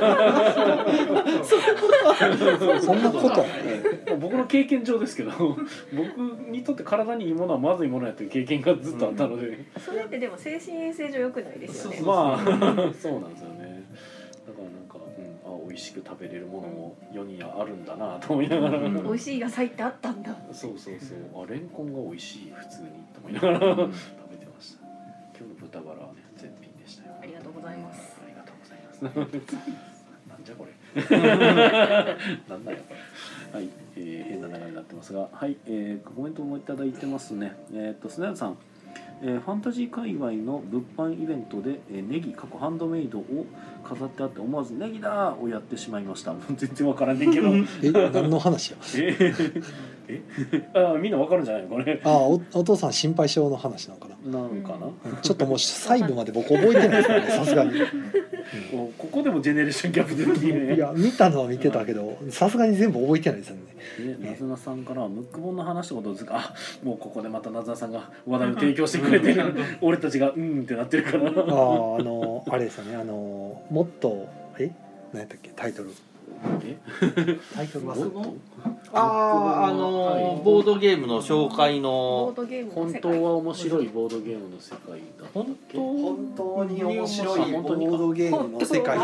そんなことはない。 僕の経験上ですけど、僕にとって体にいいものはまずいものやという経験がずっとあったので。 それってでも精神衛生上良くないですよね。 まあそうなんですよね。だからなんか、美味しく食べれるものも世にはあるんだなと思いながら、 美味しい野菜ってあったんだ。 そうレンコンが美味しい普通にと思いながら食べてました。今日の豚バラはね絶品でしたよ。 ありがとうございます。 ありがとうございます。なんじゃこれ。なんだよこれ。はい、変な流れになってますが、はい、コメントもいただいてますね。スナヤさん。ファンタジー界隈の物販イベントで、ネギハンドメイドを飾ってあって思わずネギだーをやってしまいました。全然わからんねんけど何の話や。 みんなわかるんじゃないのこれ。 お父さん心配性の話なんかな。 なんかな、 ちょっともう細部まで僕覚えてないですね、さすがに。 ここでもジェネレーションギャップ出てきてね。 いや見たのは見てたけどさすがに全部覚えてないですよね。 なずなさんからムック本の話とかどうですか。もうここでまたなずなさんが話題を提供してくれてる俺たちがってなってるから。 あれですよね。もっと何やったっけタイトル。タイトルはボードゲームの紹介の本当は面白いボードゲームの世界だ。 本当に面白いボードゲームの世界。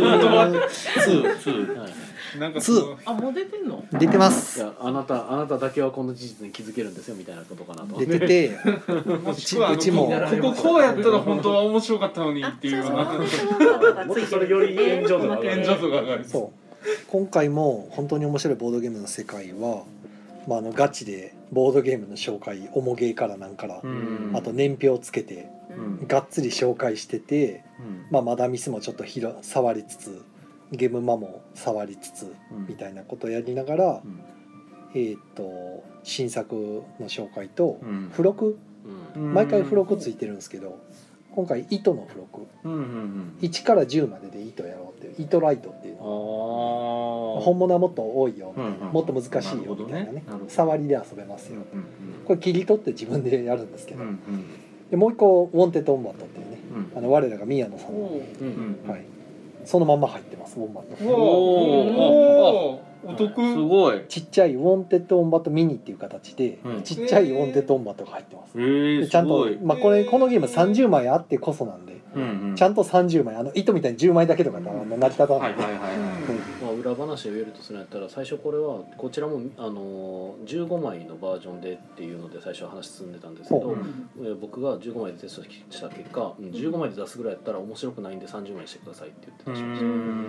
なんかあもう出てんの？ 出てます。 いやあなただけはこの事実に気づけるんですよみたいなことかなと。 出てて、 もしくはうちもこうやったら本当は面白かったのにっていうような。 もっとそれより炎上度が上がる。 そう。今回も本当に面白いボードゲームの世界は、ガチでボードゲームの紹介、おもゲーからなんから、あと年表をつけて、がっつり紹介してて、マダミスもちょっと触りつつ、ゲームマも触りつつみたいなことをやりながら、新作の紹介と付録、毎回付録ついてるんですけど、今回糸の付録、1から10までで糸やろうっていう糸ライトっていうの、本物はもっと多いよみたいな、もっと難しいよみたいなね、触りで遊べますよ、これ切り取って自分でやるんですけど、でもう一個ウォンテッドオンバットっていうね、我らが宮野さんの、はい、そのまんま入ってます。ウォンバット。 お得。 すごい。 ちっちゃいウォンテッドオンバットミニっていう形で、ちっちゃいウォンテッドオンバットが入ってます。でちゃんとこのゲーム30枚あってこそなんで、ちゃんと30枚糸みたいに10枚だけとか成り立たない。 裏話を言えるとするんやったら最初これはこちらも15枚のバージョンでっていうので最初話進んでたんですけど、僕が15枚でテストした結果、15枚で出すぐらいやったら面白くないんで30枚にしてくださいって言って出しました。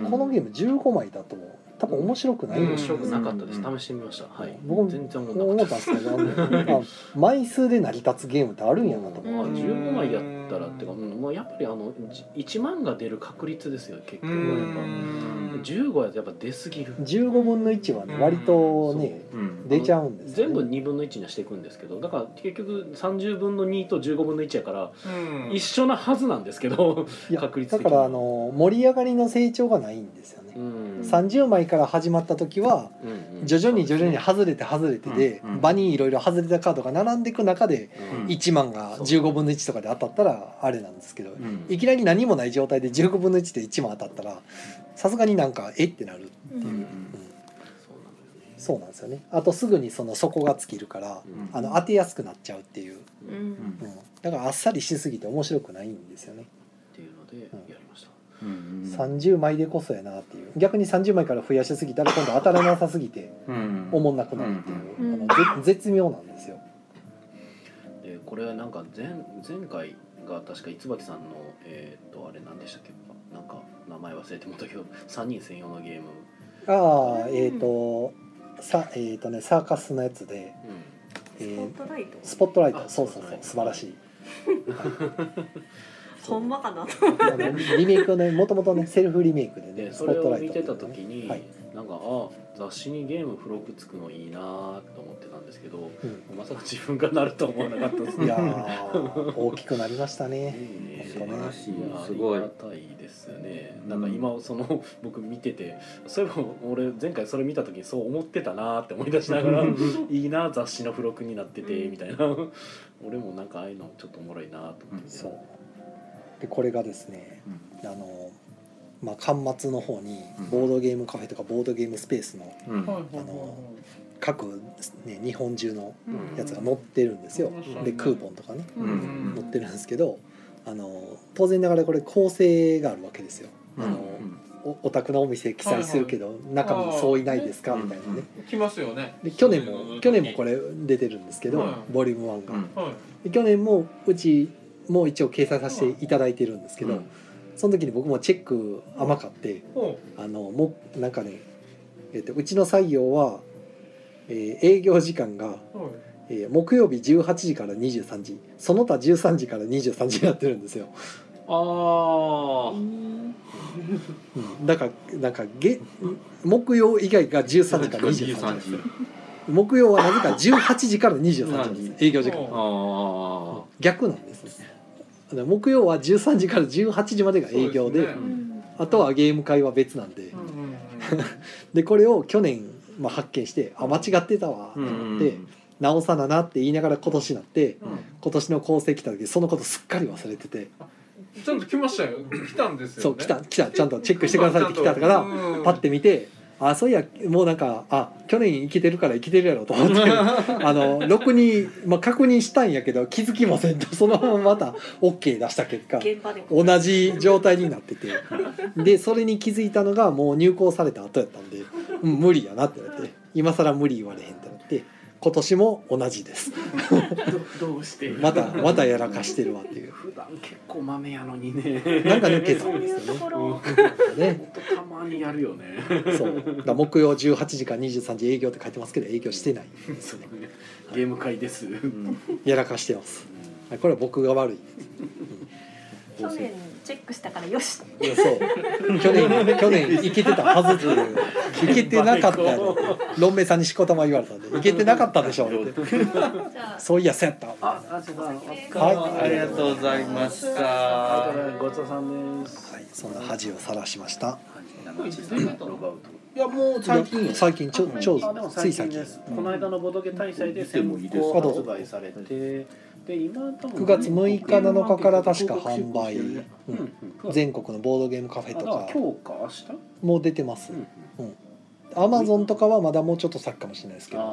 このゲーム15枚だと多分面白くない。 面白くなかったです。試してみました。はい。 僕も全然思ったんですけど、枚数で成り立つゲームってあるんやなと思って。 15枚やったらってか、もうやっぱり1万が出る確率ですよ結局はやっぱ。15やとやっぱ出すぎる。 15分の1はね割とね出ちゃうんですよね。 全部2分の1にはしていくんですけど、だから結局30分の2と15分の1やから一緒なはずなんですけど、確率的にだから盛り上がりの成長がないんですよね。30枚から始まった時は徐々に外れてで場にいろいろ外れたカードが並んでいく中で1万が15分の1とかで当たったらあれなんですけど、いきなり何もない状態で15分の1で1万当たったらさすがになんかってなるっていう、そうなんですよね。あとすぐに底が尽きるから当てやすくなっちゃうっていう、だからあっさりしすぎて面白くないんですよねっていうのでやりました。 30枚でこそやなっていう。逆に30枚から増やしすぎたら今度当たらなさすぎておもんなくなるっていう絶妙なんですよ。 でこれはなんか前回が確かいつばてさんのあれ何でしたっけ、なんか名前忘れてもったけど3人専用のゲーム。 ああサーカスのやつで、スポットライト、そうそうそう、素晴らしい。 ほんまかな。 リメイクね、もともとねセルフリメイクでね、 それを見てた時に、なんか雑誌にゲーム付録つくのいいなと思ってたんですけど、まさか自分がなるとは思わなかったですね。 いや大きくなりましたね。 素晴らしい、 すごいありがたいですね。なんか今僕見てて、そういえば俺前回それ見た時にそう思ってたなって思い出しながらいいな雑誌の付録になっててみたいな。俺もなんかああいうのちょっとおもろいなと思って。 そうでこれがですね、巻末の方にボードゲームカフェとかボードゲームスペースの、各、ね、日本中のやつが載ってるんですよ。でクーポンとかね、載ってるんですけど、当然ながらこれ構成があるわけですよ。お宅のお店記載するけど、中身そういないですかみたいなね。 来ますよね。 で去年もこれ出てるんですけど、ボリューム1が。で去年もうちもう一応掲載させていただいてるんですけど、その時に僕もチェック甘かって、もうなんかね、うちの採用は、営業時間が、木曜日18時から23時、その他13時から23時になってるんですよ。だからなんか木曜以外が13時から23時。木曜はなぜか18時から23時です、営業時間。逆なんです。木曜は13時から18時までが営業で、あとはゲーム会は別なんで、でこれを去年、発見して間違ってたわと思って直さななって言いながら今年になって、今年の構成来た時そのことすっかり忘れてて、 ちゃんと来ましたよ。来たんですよね。 そう来たちゃんとチェックしてくださいって来たからパッて見て、そういやもうなんか去年生きてるから生きてるやろと思ってろくに、確認したんやけど気づきませんと、そのまままた OK 出した結果同じ状態になってて、でそれに気づいたのがもう入稿された後やったんで、無理やなって言われて、今更無理言われへんってなって、今年も同じですどうしてまたやらかしてるわっていう。 普段結構豆やのにね、 なんか抜けたんですよね。 たまにやるよね。 そうだ、木曜18時から23時営業って書いてますけど営業してないですね。 ゲーム会です、 やらかしてます。これは僕が悪い。 去年チェックしたからよし。 いやそう去年いけてたはずっていう、いけてなかったやろ。ロンメイさんにしこたま言われたんで、いけてなかったでしょってそういやそうやった。 はい、ありがとうございました。 ごちそうさんです。 はい、そんな恥をさらしました。 いやもう最近つい最近この間のボドゲ大祭で先行発売されて、で今 9月6日7日から確か販売、全国のボードゲームカフェとか今日か明日もう出てます。Amazon とかはまだもうちょっと先かもしれないですけど、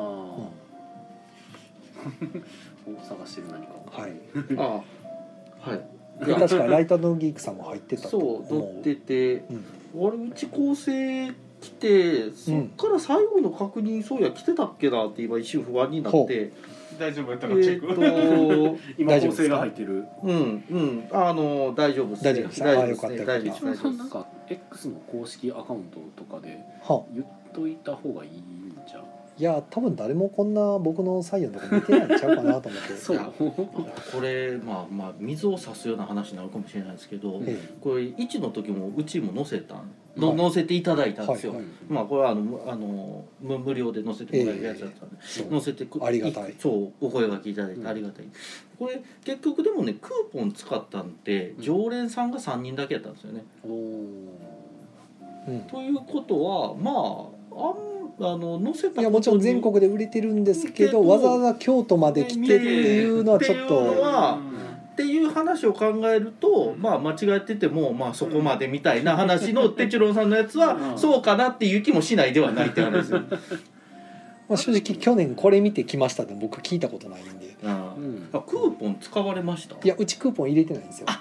探してる何かを。 はいで確かライトノーギークさんも入ってたと思う。 そう載ってて、俺うち構成来て、そっから最後の確認、そういや来てたっけなって今一瞬不安になって。 大丈夫やったらチェック。 今構成が入ってる。 大丈夫です。 大丈夫です。よかった。 一番そのなんか X の公式アカウントとかで言っといた方がいいんじゃ。 いや多分誰もこんな僕の採用のとこ見てないんちゃうかなと思ってそうこれ水を差すような話になるかもしれないですけど、これ1の時もうちも載せていただいたんですよ。これは無料で載せてもらえるやつだったんで、載せてありがたい。 そうお声がけいただいてありがたい。これ結局でもねクーポン使ったんで常連さんが3人だけやったんですよね。ということは載せたいやもちろん全国で売れてるんですけど、わざわざ京都まで来てっていうのはちょっとっていう話を考えると、間違えててもそこまでみたいな話のテチロンさんのやつはそうかなっていう気もしないではないって話ですよ。 正直去年これ見てきましたって僕聞いたことないんで。 クーポン使われました？ いやうちクーポン入れてないんですよ。 クー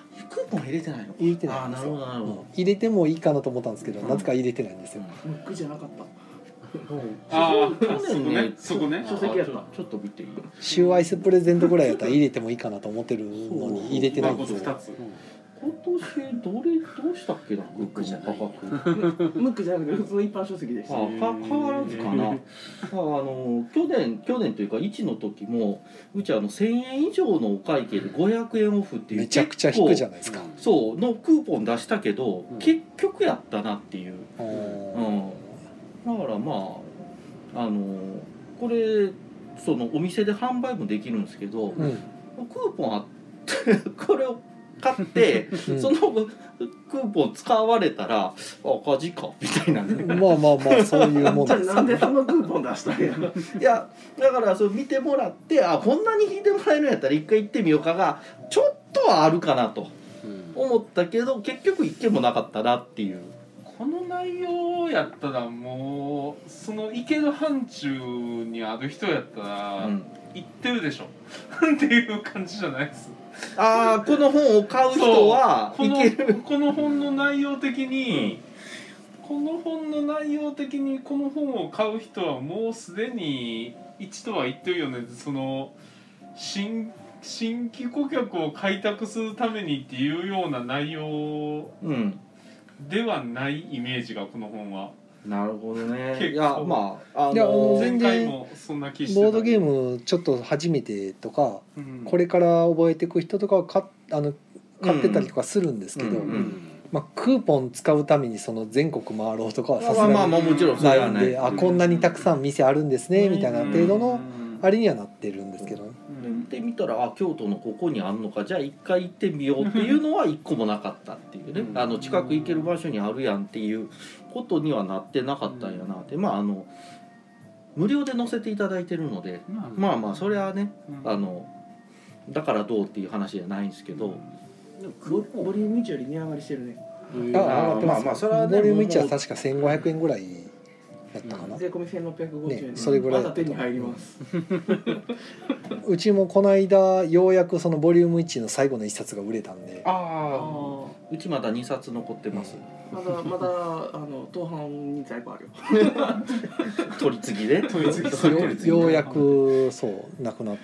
本入れてないの？ 入れてないんですよ。入れてもいいかなと思ったんですけど、なぜか入れてないんですよ。 ムックじゃなかった。 ああ、 去年ね、 そこね。 書籍やった。 ちょっと見ていい？ シューアイスプレゼントぐらいやったら入れてもいいかなと思ってるのに入れてないんですよ。 今年どうしたっけな、ムックじゃない。 ムックじゃなくて普通の一般書籍でした。 変わらずかな。去年というか1の時もうち1000円以上のお会計で500円オフっていうめちゃくちゃ引くじゃないですか。 そうのクーポン出したけど、結局やったなっていう。だからまあこれそのお店で販売もできるんですけど、クーポンあってこれを買ってそのクーポン使われたら赤字かみたいなね。 まあそういうもんです。 なんでそのクーポン出したんや。 いやだからそれ見てもらってこんなに引いてもらえるんやったら一回行ってみようかがちょっとはあるかなと思ったけど、結局一件もなかったなっていう。 この内容やったらもうその行ける範疇にある人やったら行ってるでしょっていう感じじゃないです。 この本を買う人はこの本の内容的に、この本を買う人はもうすでに一度は言ってるよね。その新規顧客を開拓するためにっていうような内容ではないイメージがこの本は。 なるほどね。 結構いやまあ前回もそんな気してた。 ボードゲームちょっと初めてとか、これから覚えていく人とかは買ってたりとかするんですけど、クーポン使うためにその全国回ろうとかはさすがにないんで、こんなにたくさん店あるんですねみたいな程度のあれにはなってるんですけど、 見てみたら京都のここにあんのか、じゃあ一回行ってみようっていうのは一個もなかったっていうね。近く行ける場所にあるやんっていうことにはなってなかったんやなって。無料で載せていただいてるので、まあそれはねだからどうっていう話じゃないんですけど、 ボリューム1より値上がりしてるね。 上がってます。それはね、ボリューム1は確か1500円ぐらいだったかな。 税込み1650円。 それぐらい。 まだ手に入ります。 うちもこの間ようやくそのボリューム1の最後の一冊が売れたんで。 うちまだ2冊残ってます。 まだ当版に在庫あるよ。 取り次ぎで。 ようやくそうなくなって。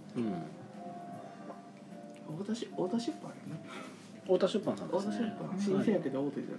太田出版やね。 太田出版さんですね。 太田出版新鮮やけど大手だ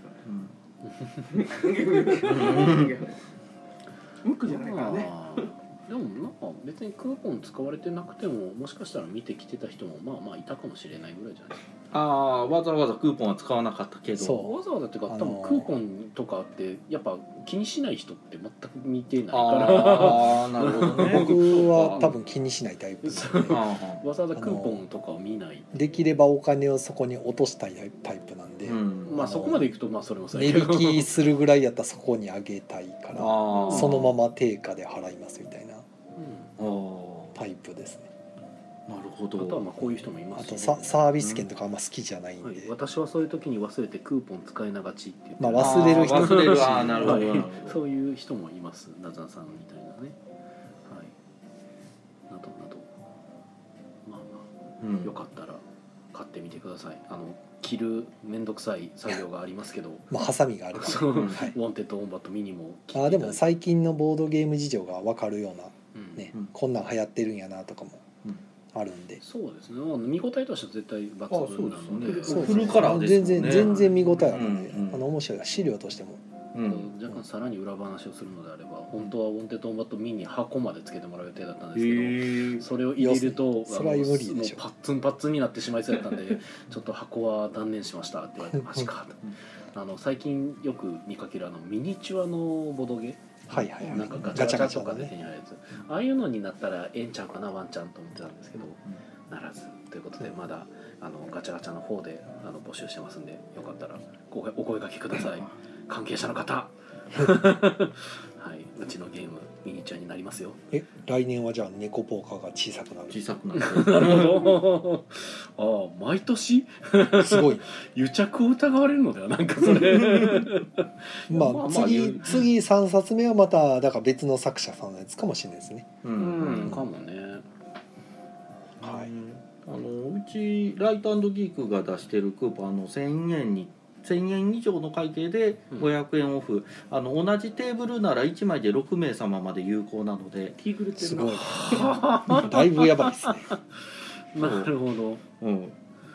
から。ムックじゃないからね。 でもなんか別にクーポン使われてなくてももしかしたら見てきてた人もまあいたかもしれないぐらいじゃないですか。 わざわざクーポンは使わなかったけど、 わざわざっていうか多分クーポンとかってやっぱ気にしない人って全く見てないからなるほどね。 僕は多分気にしないタイプなんでわざわざクーポンとかを見ない。 できればお金をそこに落としたいタイプなんで、 まあそこまでいくとそれも値引きするぐらいやったらそこに上げたいからそのまま定価で払いますみたいなタイプですね。 なるほど。 あとはこういう人もいますし、あとサービス券とかあんま好きじゃないんで、 私はそういう時に忘れてクーポン使いながちっていう、 忘れる人もいるし、 なるほどそういう人もいます。ナザンさんみたいなね、はい、などなどまあよかったら買ってみてください。切るめんどくさい作業がありますけどハサミがあるから、 ウォンテッドオンバットミニもでも最近のボードゲーム事情が分かるような、こんなん流行ってるんやなとかもあるんで、 そうですね。見応えとしては絶対抜群なので、 フルカラーですね。 全然見応えあるんで、面白い資料としても。 若干さらに裏話をするのであれば、本当はウォンテッドオンバットミニ箱までつけてもらう予定だったんですけど、それを入れるともうパッツンパッツンになってしまいそうやったんでちょっと箱は断念しましたって言われてマジかと。最近よく見かけるミニチュアのボドゲ、なんかガチャガチャとかで手に入るやつ、ああいうのになったらええんちゃうかなワンちゃんと思ってたんですけど、ならずということで、まだガチャガチャの方で募集してますんで、よかったらお声掛けください。関係者の方はい、うちのゲームミニチュアになりますよ。 来年はじゃあ猫ポーカーが小さくなる。 なるほど。毎年すごい癒着を疑われるのではなんかそれ次3冊目はまただから別の作者さんのやつかもしれないですね。 かもね。 はい。 うちライト&ギークが出してるクーポン1000円以上の会計で500円オフ、同じテーブルなら1枚で6名様まで有効なので、 すごいだいぶやばいですねなるほど。 うん、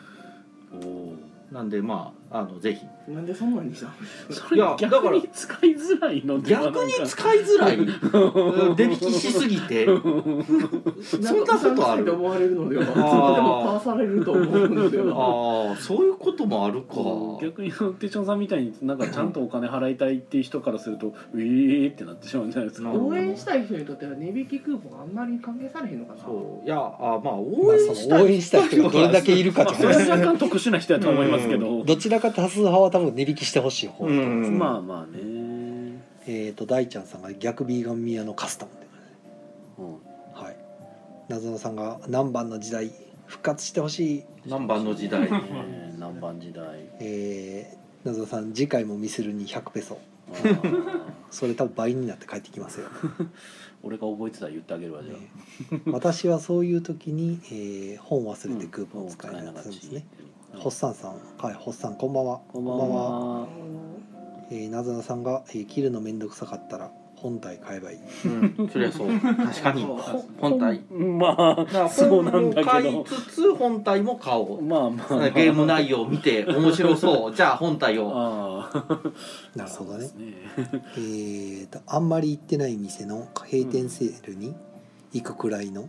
なんでぜひ。 なんでそんなにしたの？ それ逆に使いづらいのではないか。 逆に使いづらい値引きしすぎてそんなことあると思われるのでは。でも買わされると思うのでは。 そういうこともあるか。 逆に手帳さんみたいになんかちゃんとお金払いたいっていう人からするとってなってしまうんじゃないですか。 応援したい人にとっては値引きクーポンあんまり関係されへんのかな。 そういや応援したい人がどれだけいるかってそれは若干特殊な人やと思いますけど、 どちらか多数派は多分値引きしてほしい方、 まあね。 大ちゃんさんが逆ビーガン宮のカスタムで、はい。謎野さんが何番の時代復活してほしい。 何番の時代何番時代。 謎野さん次回もミスるに100ペソ。それ多分倍になって帰ってきますよ。 俺が覚えてたら言ってあげるわじゃあ。 私はそういう時に、本忘れてクーポンを使いながらですね。ホッサンさん、はい、ホッサンこんばんは。 こんばんは。 なずなさんが、切るのめんどくさかったら本体買えばいい。 そりゃそう。確かに本体。 そうなんだけど。 買いつつ本体も買おう。ゲーム内容を見て面白そう。じゃあ本体を。 なるほどね。あんまり行ってない店の閉店セールに行くくらいの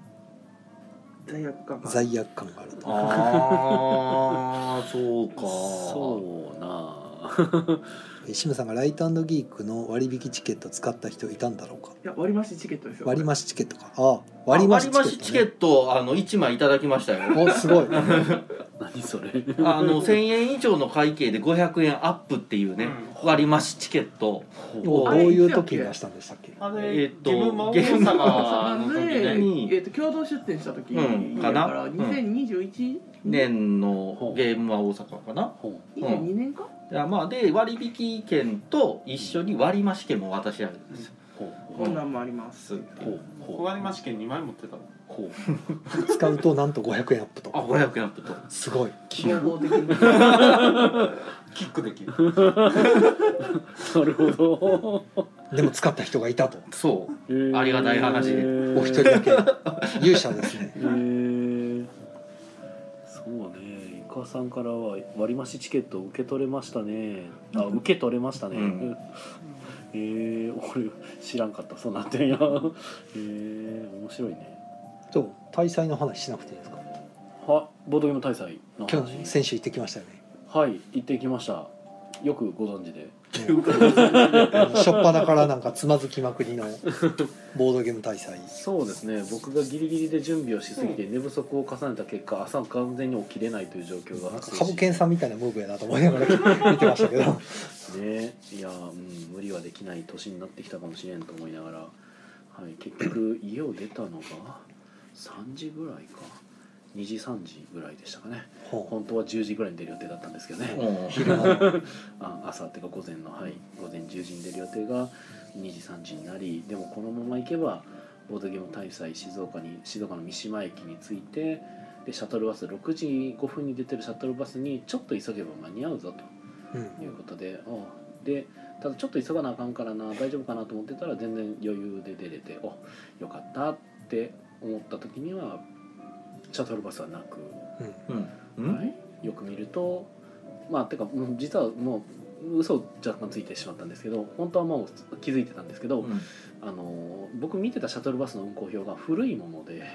罪悪感があると。 そうか。 そうな。 シムさんがライト&ギークの割引チケット使った人いたんだろうか。 いや割増チケットですよ。 割増チケットか。 割増チケット1枚いただきましたよ。 おすごい。 何それ。 1000円以上の会計で500円アップっていうね、割増チケット。 どういう時に出したんでしたっけ。 ゲームマ大阪の時に共同出店した時かな。 だから2021 年のゲームは大阪かな。 22年か。 で割引券と一緒に割増券も渡し合うんですよ。 こんなんもあります。 割増券2枚持ってた。 使うとなんと500円アップと。 500円アップと。 すごい。 総合的にキックできる。 なるほど。 でも使った人がいたと。 そう。ありがたい話で。 お一人だけ勇者ですね。 そうね。イカさんからは割増チケット受け取れましたね。受け取れましたね。俺知らんかった。そうなってんや。面白いね。 大祭の話しなくていいですか。 ボードゲーム大祭の話。 先週行ってきましたよね。 はい行ってきました。よくご存知で。 初っ端からなんかつまずきまくりのボードゲーム大祭。 そうですね。僕がギリギリで準備をしすぎて寝不足を重ねた結果、朝完全に起きれないという状況が発生し。 株券さんみたいなムーブやなと思いながら見てましたけど。 ね、いや、無理はできない年になってきたかもしれんと思いながら、はい、結局家を出たのが3時ぐらいか。2時3時ぐらいでしたかね。本当は10時ぐらいに出る予定だったんですけどね。朝っていうか午前の、午前10時に出る予定が2時3時になり、でもこのまま行けばボードゲーム大祭静岡の三島駅に着いて、でシャトルバス6時5分に出てるシャトルバスにちょっと急げば間に合うぞということで、でただちょっと急がなあかんからな、大丈夫かなと思ってたら全然余裕で出れて、よかったって思った時にはシャトルバスはなく、よく見るとてか実はもう嘘を若干ついてしまったんですけど、本当はもう気づいてたんですけど、僕見てたシャトルバスの運行表が古いもので、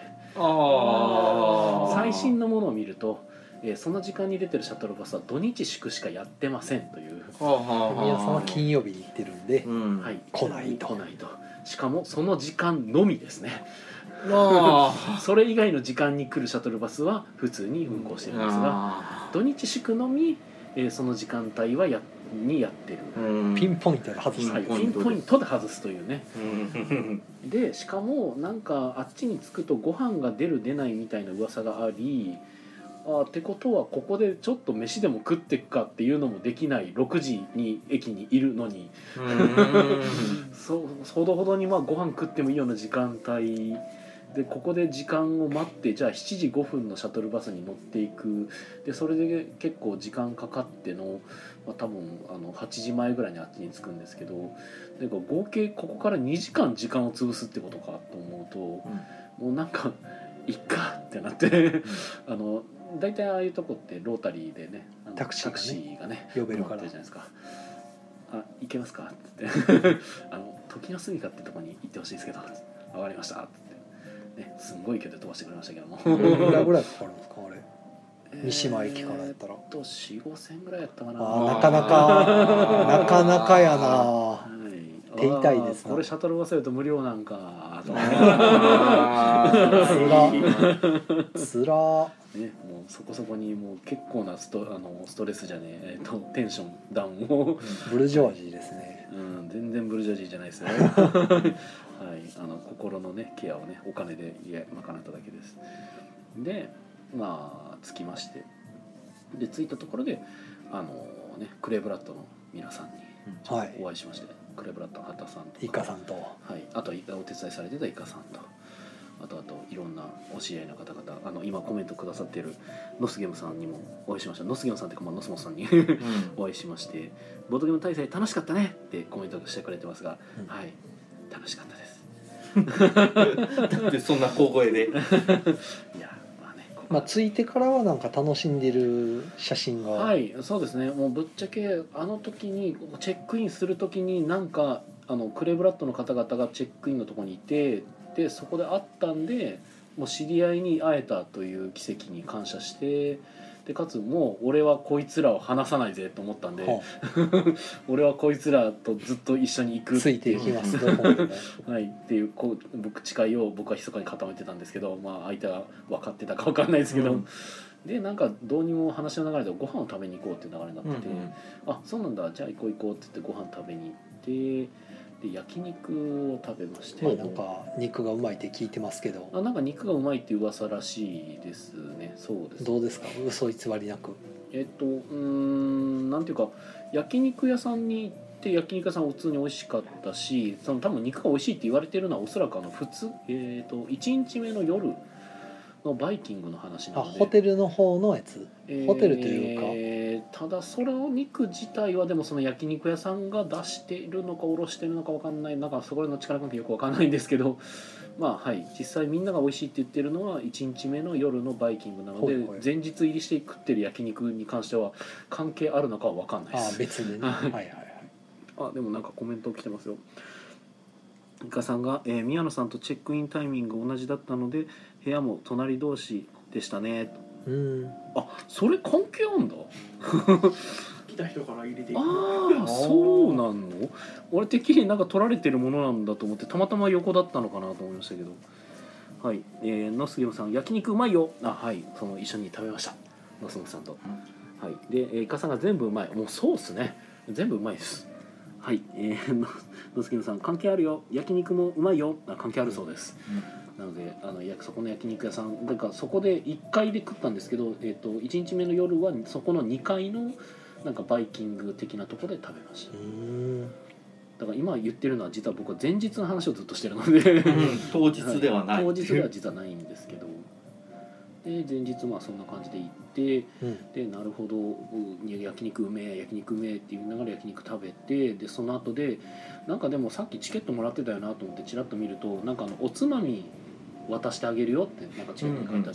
最新のものを見ると、その時間に出てるシャトルバスは土日祝しかやってませんという。 皆さんは金曜日に行ってるんで、来ないと。 しかもその時間のみですね。それ以外の時間に来るシャトルバスは普通に運行してるんですが、土日祝のみ、その時間帯はにやってる。 ピンポイントで外す。 ピンポイントで外すというね。でしかもなんかあっちに着くとご飯が出る出ないみたいな噂があり、ってことはここでちょっと飯でも食っていくかっていうのもできない。6時に駅にいるのにほどほどにご飯食ってもいいような時間帯でここで時間を待ってじゃあ7時5分のシャトルバスに乗っていくでそれで結構時間かかっての、多分8時前ぐらいにあっちに着くんですけどで合計ここから2時間時間を潰すってことかと思うと、もうなんかいっかってなって大体ああいうとこってロータリーでねタクシーがね呼べるからじゃないですか。あ、行けますかって時の住みかってとこに行ってほしいんですけど分かりましたってね、すんごい勢いで飛ばしてくれましたけどもどれぐらいかかるんですかあれ三島駅からやったら 4、5千ぐらいやったかな。 なかなかやな。手痛いですな。これシャトル忘れると無料なんかとつらね、もうそこそこにもう結構なストレスじゃねえ、テンションダウンをブルジョワジーですね。 全然ブルジョワジーじゃないですよはい、心のねケアをねお金で賄っただけです。で着きましてで着いたところでクレーブラッドの皆さんにお会いしまして、クレーブラッドの畑さんとイカさんと、 あとお手伝いされてたイカさんとあといろんなお知り合いの方々今コメントくださっているノスゲムさんにもお会いしました。ノスゲムさんというかノスモさんにお会いしましてボードゲーム大会楽しかったねってコメントしてくれてますが、はい楽しかったですだってそんな小声でいや着いてからはなんか楽しんでる写真がはいそうですね。もうぶっちゃけ時にチェックインする時になんかクレーブラッドの方々がチェックインのところにいてでそこで会ったんでもう知り合いに会えたという奇跡に感謝してでかつもう俺はこいつらを離さないぜと思ったんで、俺はこいつらとずっと一緒に行くついていきますどこまでもはいっていう誓いを僕は密かに固めてたんですけど、相手は分かってたか分かんないですけど、でなんかどうにも話の流れでご飯を食べに行こうっていう流れになってて、あそうなんだじゃあ行こうって言ってご飯食べに行ってで焼肉を食べまして、 なんか肉がうまいって聞いてますけどなんか肉がうまいっていう噂らしいですね。そうです。 どうですか嘘偽りなくなんていうか焼肉屋さんに行って焼肉屋さんは普通に美味しかったし多分肉が美味しいって言われてるのはおそらく普通1日目の夜のバイキングの話なのでホテルの方のやつ、ホテルというかただそれを肉自体はでもその焼肉屋さんが出しているのか卸しているのか分かんないなんかそこらの力関係よく分かんないんですけど実際みんなが美味しいって言ってるのは1日目の夜のバイキングなので、前日入りして食ってる焼肉に関しては関係あるのかは分かんないです。 別にねでもなんかコメント来てますよ。イカさんが、宮野さんとチェックインタイミング同じだったので部屋も隣同士でしたね。それ関係あんだ来た人から入れていく。 そうなんの。俺てっきりなんか取られてるものなんだと思ってたまたま横だったのかなと思いましたけど。はい、ノスゲムさん焼肉うまいよ。一緒に食べました。ノスゲムさんと。はい。で、イカさんが全部うまい。もうそうっすね。全部うまいです。はい、ノスケムさん関係あるよ焼肉もうまいよ関係あるそうです、なのでそこの焼肉屋さんだからそこで1階で食ったんですけど、1日目の夜はそこの2階のなんかバイキング的なところで食べました。だから今言ってるのは実は僕は前日の話をずっとしてるので、 当日ではない、 当日では実はないんですけどで前日そんな感じで行って、でなるほど焼肉うめえって言いながら焼肉食べてでその後でなんかでもさっきチケットもらってたよなと思ってチラッと見るとなんかおつまみ渡してあげるよってなんかチケットに書いてあって、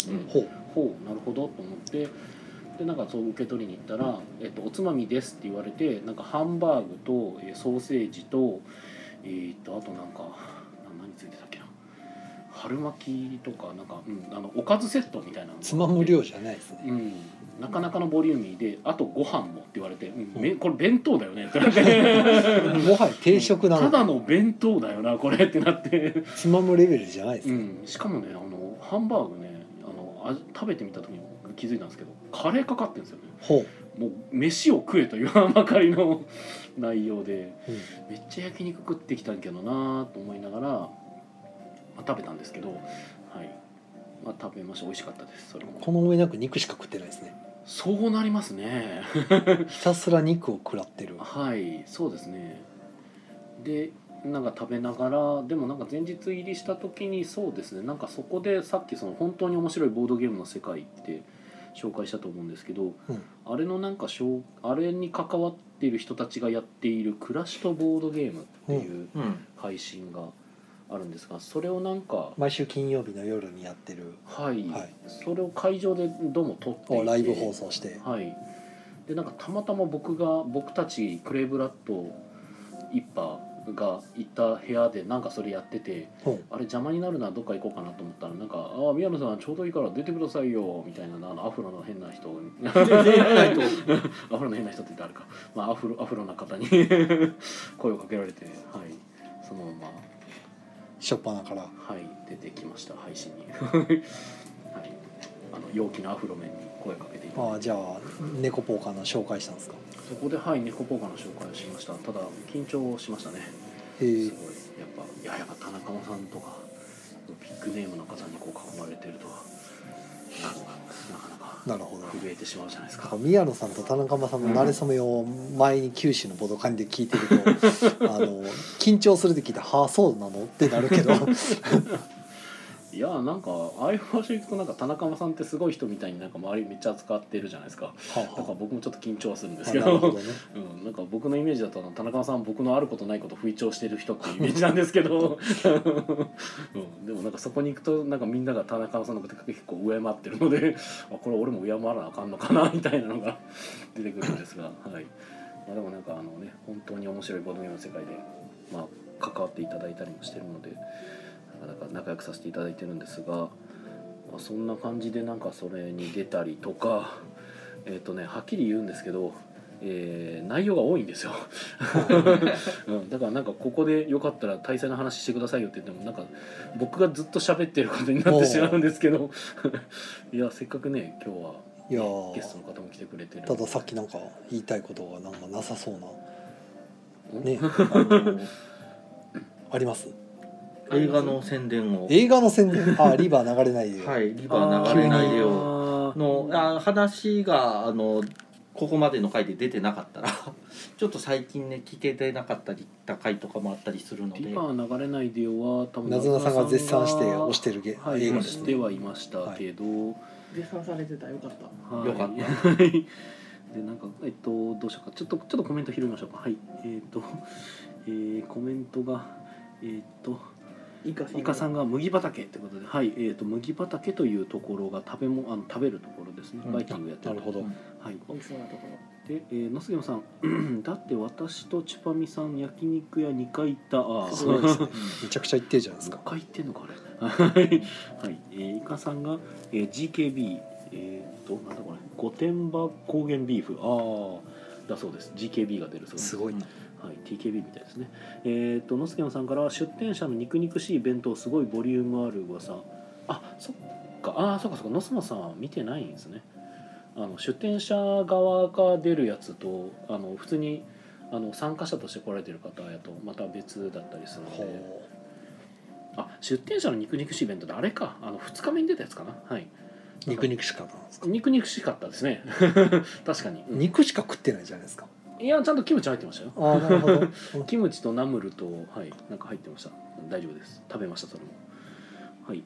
ほうなるほどと思ってでなんかそう受け取りに行ったら、おつまみですって言われてなんかハンバーグとソーセージとあとなんか何ついてたっけな春巻きとかなんか、おかずセットみたいなつまむ量じゃないですね、 なかなかのボリューミーであとご飯もって言われて、これ弁当だよねってなってもはや定食なのただの弁当だよなこれってなってつまむレベルじゃないですね、 しかもねハンバーグね食べてみた時に気づいたんですけどカレーかかってるんですよね。もう飯を食えというあまかりの内容で、めっちゃ焼肉食ってきたんけどなと思いながら、食べたんですけど、食べました美味しかったです。それもこの上なく肉しか食ってないですね。 そうなりますねひたすら肉を食らってる。 はいそうですね。でなんか食べながら、でもなんか前日入りした時にそうですね、なんかそこでさっきその本当に面白いボードゲームの世界って紹介したと思うんですけど、あれのなんかあれに関わっている人たちがやっている暮らしとボードゲームっていう配信があるんですが、それをなんか毎週金曜日の夜にやってる、 はい、それを会場でどうも撮っていてライブ放送して、 はい、でなんかたまたま僕たちクレイブラッド一派が行った部屋でなんかそれやってて、あれ邪魔になるならどっか行こうかなと思ったら、なんか宮野さんちょうどいいから出てくださいよみたいな、アフロの変な人アフロの変な人って言ってあるか、まあ、アフロな方に声をかけられて、はい、そのまま初っ端から、 はい、出てきました配信に、はい、陽気なアフロメンに声かけていただいて、 じゃあ猫ポーカーの紹介したんですか？ そこではい猫ポーカーの紹介をしました。ただ緊張しましたね。すごいやっぱ田中さんとかビッグネームの方にこう囲まれてるとはなかなかなるほど震えてしまうじゃないですか。 宮野さんと田中さんの馴れ初めを前に九州のボドカニで聞いてると緊張するって聞いたら「はあそうなの?」ってなるけどいやなんかああいう場所行くとなんか田中さんってすごい人みたいになんか周りめっちゃ扱ってるじゃないですか。だから僕もちょっと緊張はするんですけど、なんか僕のイメージだと田中さん僕のあることないこと吹聴してる人っていうイメージなんですけど、でもなんかそこに行くとなんかみんなが田中さんのこと結構敬ってるのでこれ俺も敬わなあかんのかなみたいなのが出てくるんですが、はい。でもなんか本当に面白いボードゲームの世界で関わっていただいたりもしてるので。なんか仲良くさせていただいてるんですが、そんな感じでなんかそれに出たりとか、はっきり言うんですけど、内容が多いんですよ、だからなんかここでよかったら大切な話してくださいよって言ってもなんか僕がずっと喋ってることになってしまうんですけどいやせっかくね今日は、ゲストの方も来てくれてる。 たださっきなんか言いたいことがなんかなさそうなねあります？ 映画の宣伝をリバー流れないでよ、 はい、リバー流れないでよの話がここまでの回で出てなかったらちょっと最近ね聞けてなかったり回とかもあったりするので、 リバー流れないでよは多分なずなさんが絶賛して推してる映画ですね。してはいましたけど、 絶賛されてたよかった、 よかったでなんかどうしようかちょっとコメント拾いましょうか。はいコメントがイカさんが麦畑ってことで、はい、麦畑というところが食べるところですね。バイキングやってる。 なるほど。 はい。 美味しそうなところ。で、野杉山さん、だって私とチュパミさん焼肉屋2回行った。 すごいですね。めちゃくちゃ行ってるじゃないですか。 2回行ってんのかあれ。はい。イカさんが、GKB なんだこれ、御殿場高原ビーフだそうです。GKB が出るそうです。 すごい。 はい、TKB みたいですね。野助さんから出店者の肉々しい弁当すごいボリュームある噂。そっか野助さんは見てないんですね。出店者側が出るやつと普通に参加者として来られてる方やとまた別だったりするので。出店者の肉々しい弁当ってあれか2日目に出たやつかな。はい。 肉々しかったんですか。 肉々しかったですね。確かに、 肉しか食ってないじゃないですか。 いやちゃんとキムチ入ってましたよ。 なるほど。 キムチとナムルとなんか入ってました。大丈夫です。食べましたそれも。はい。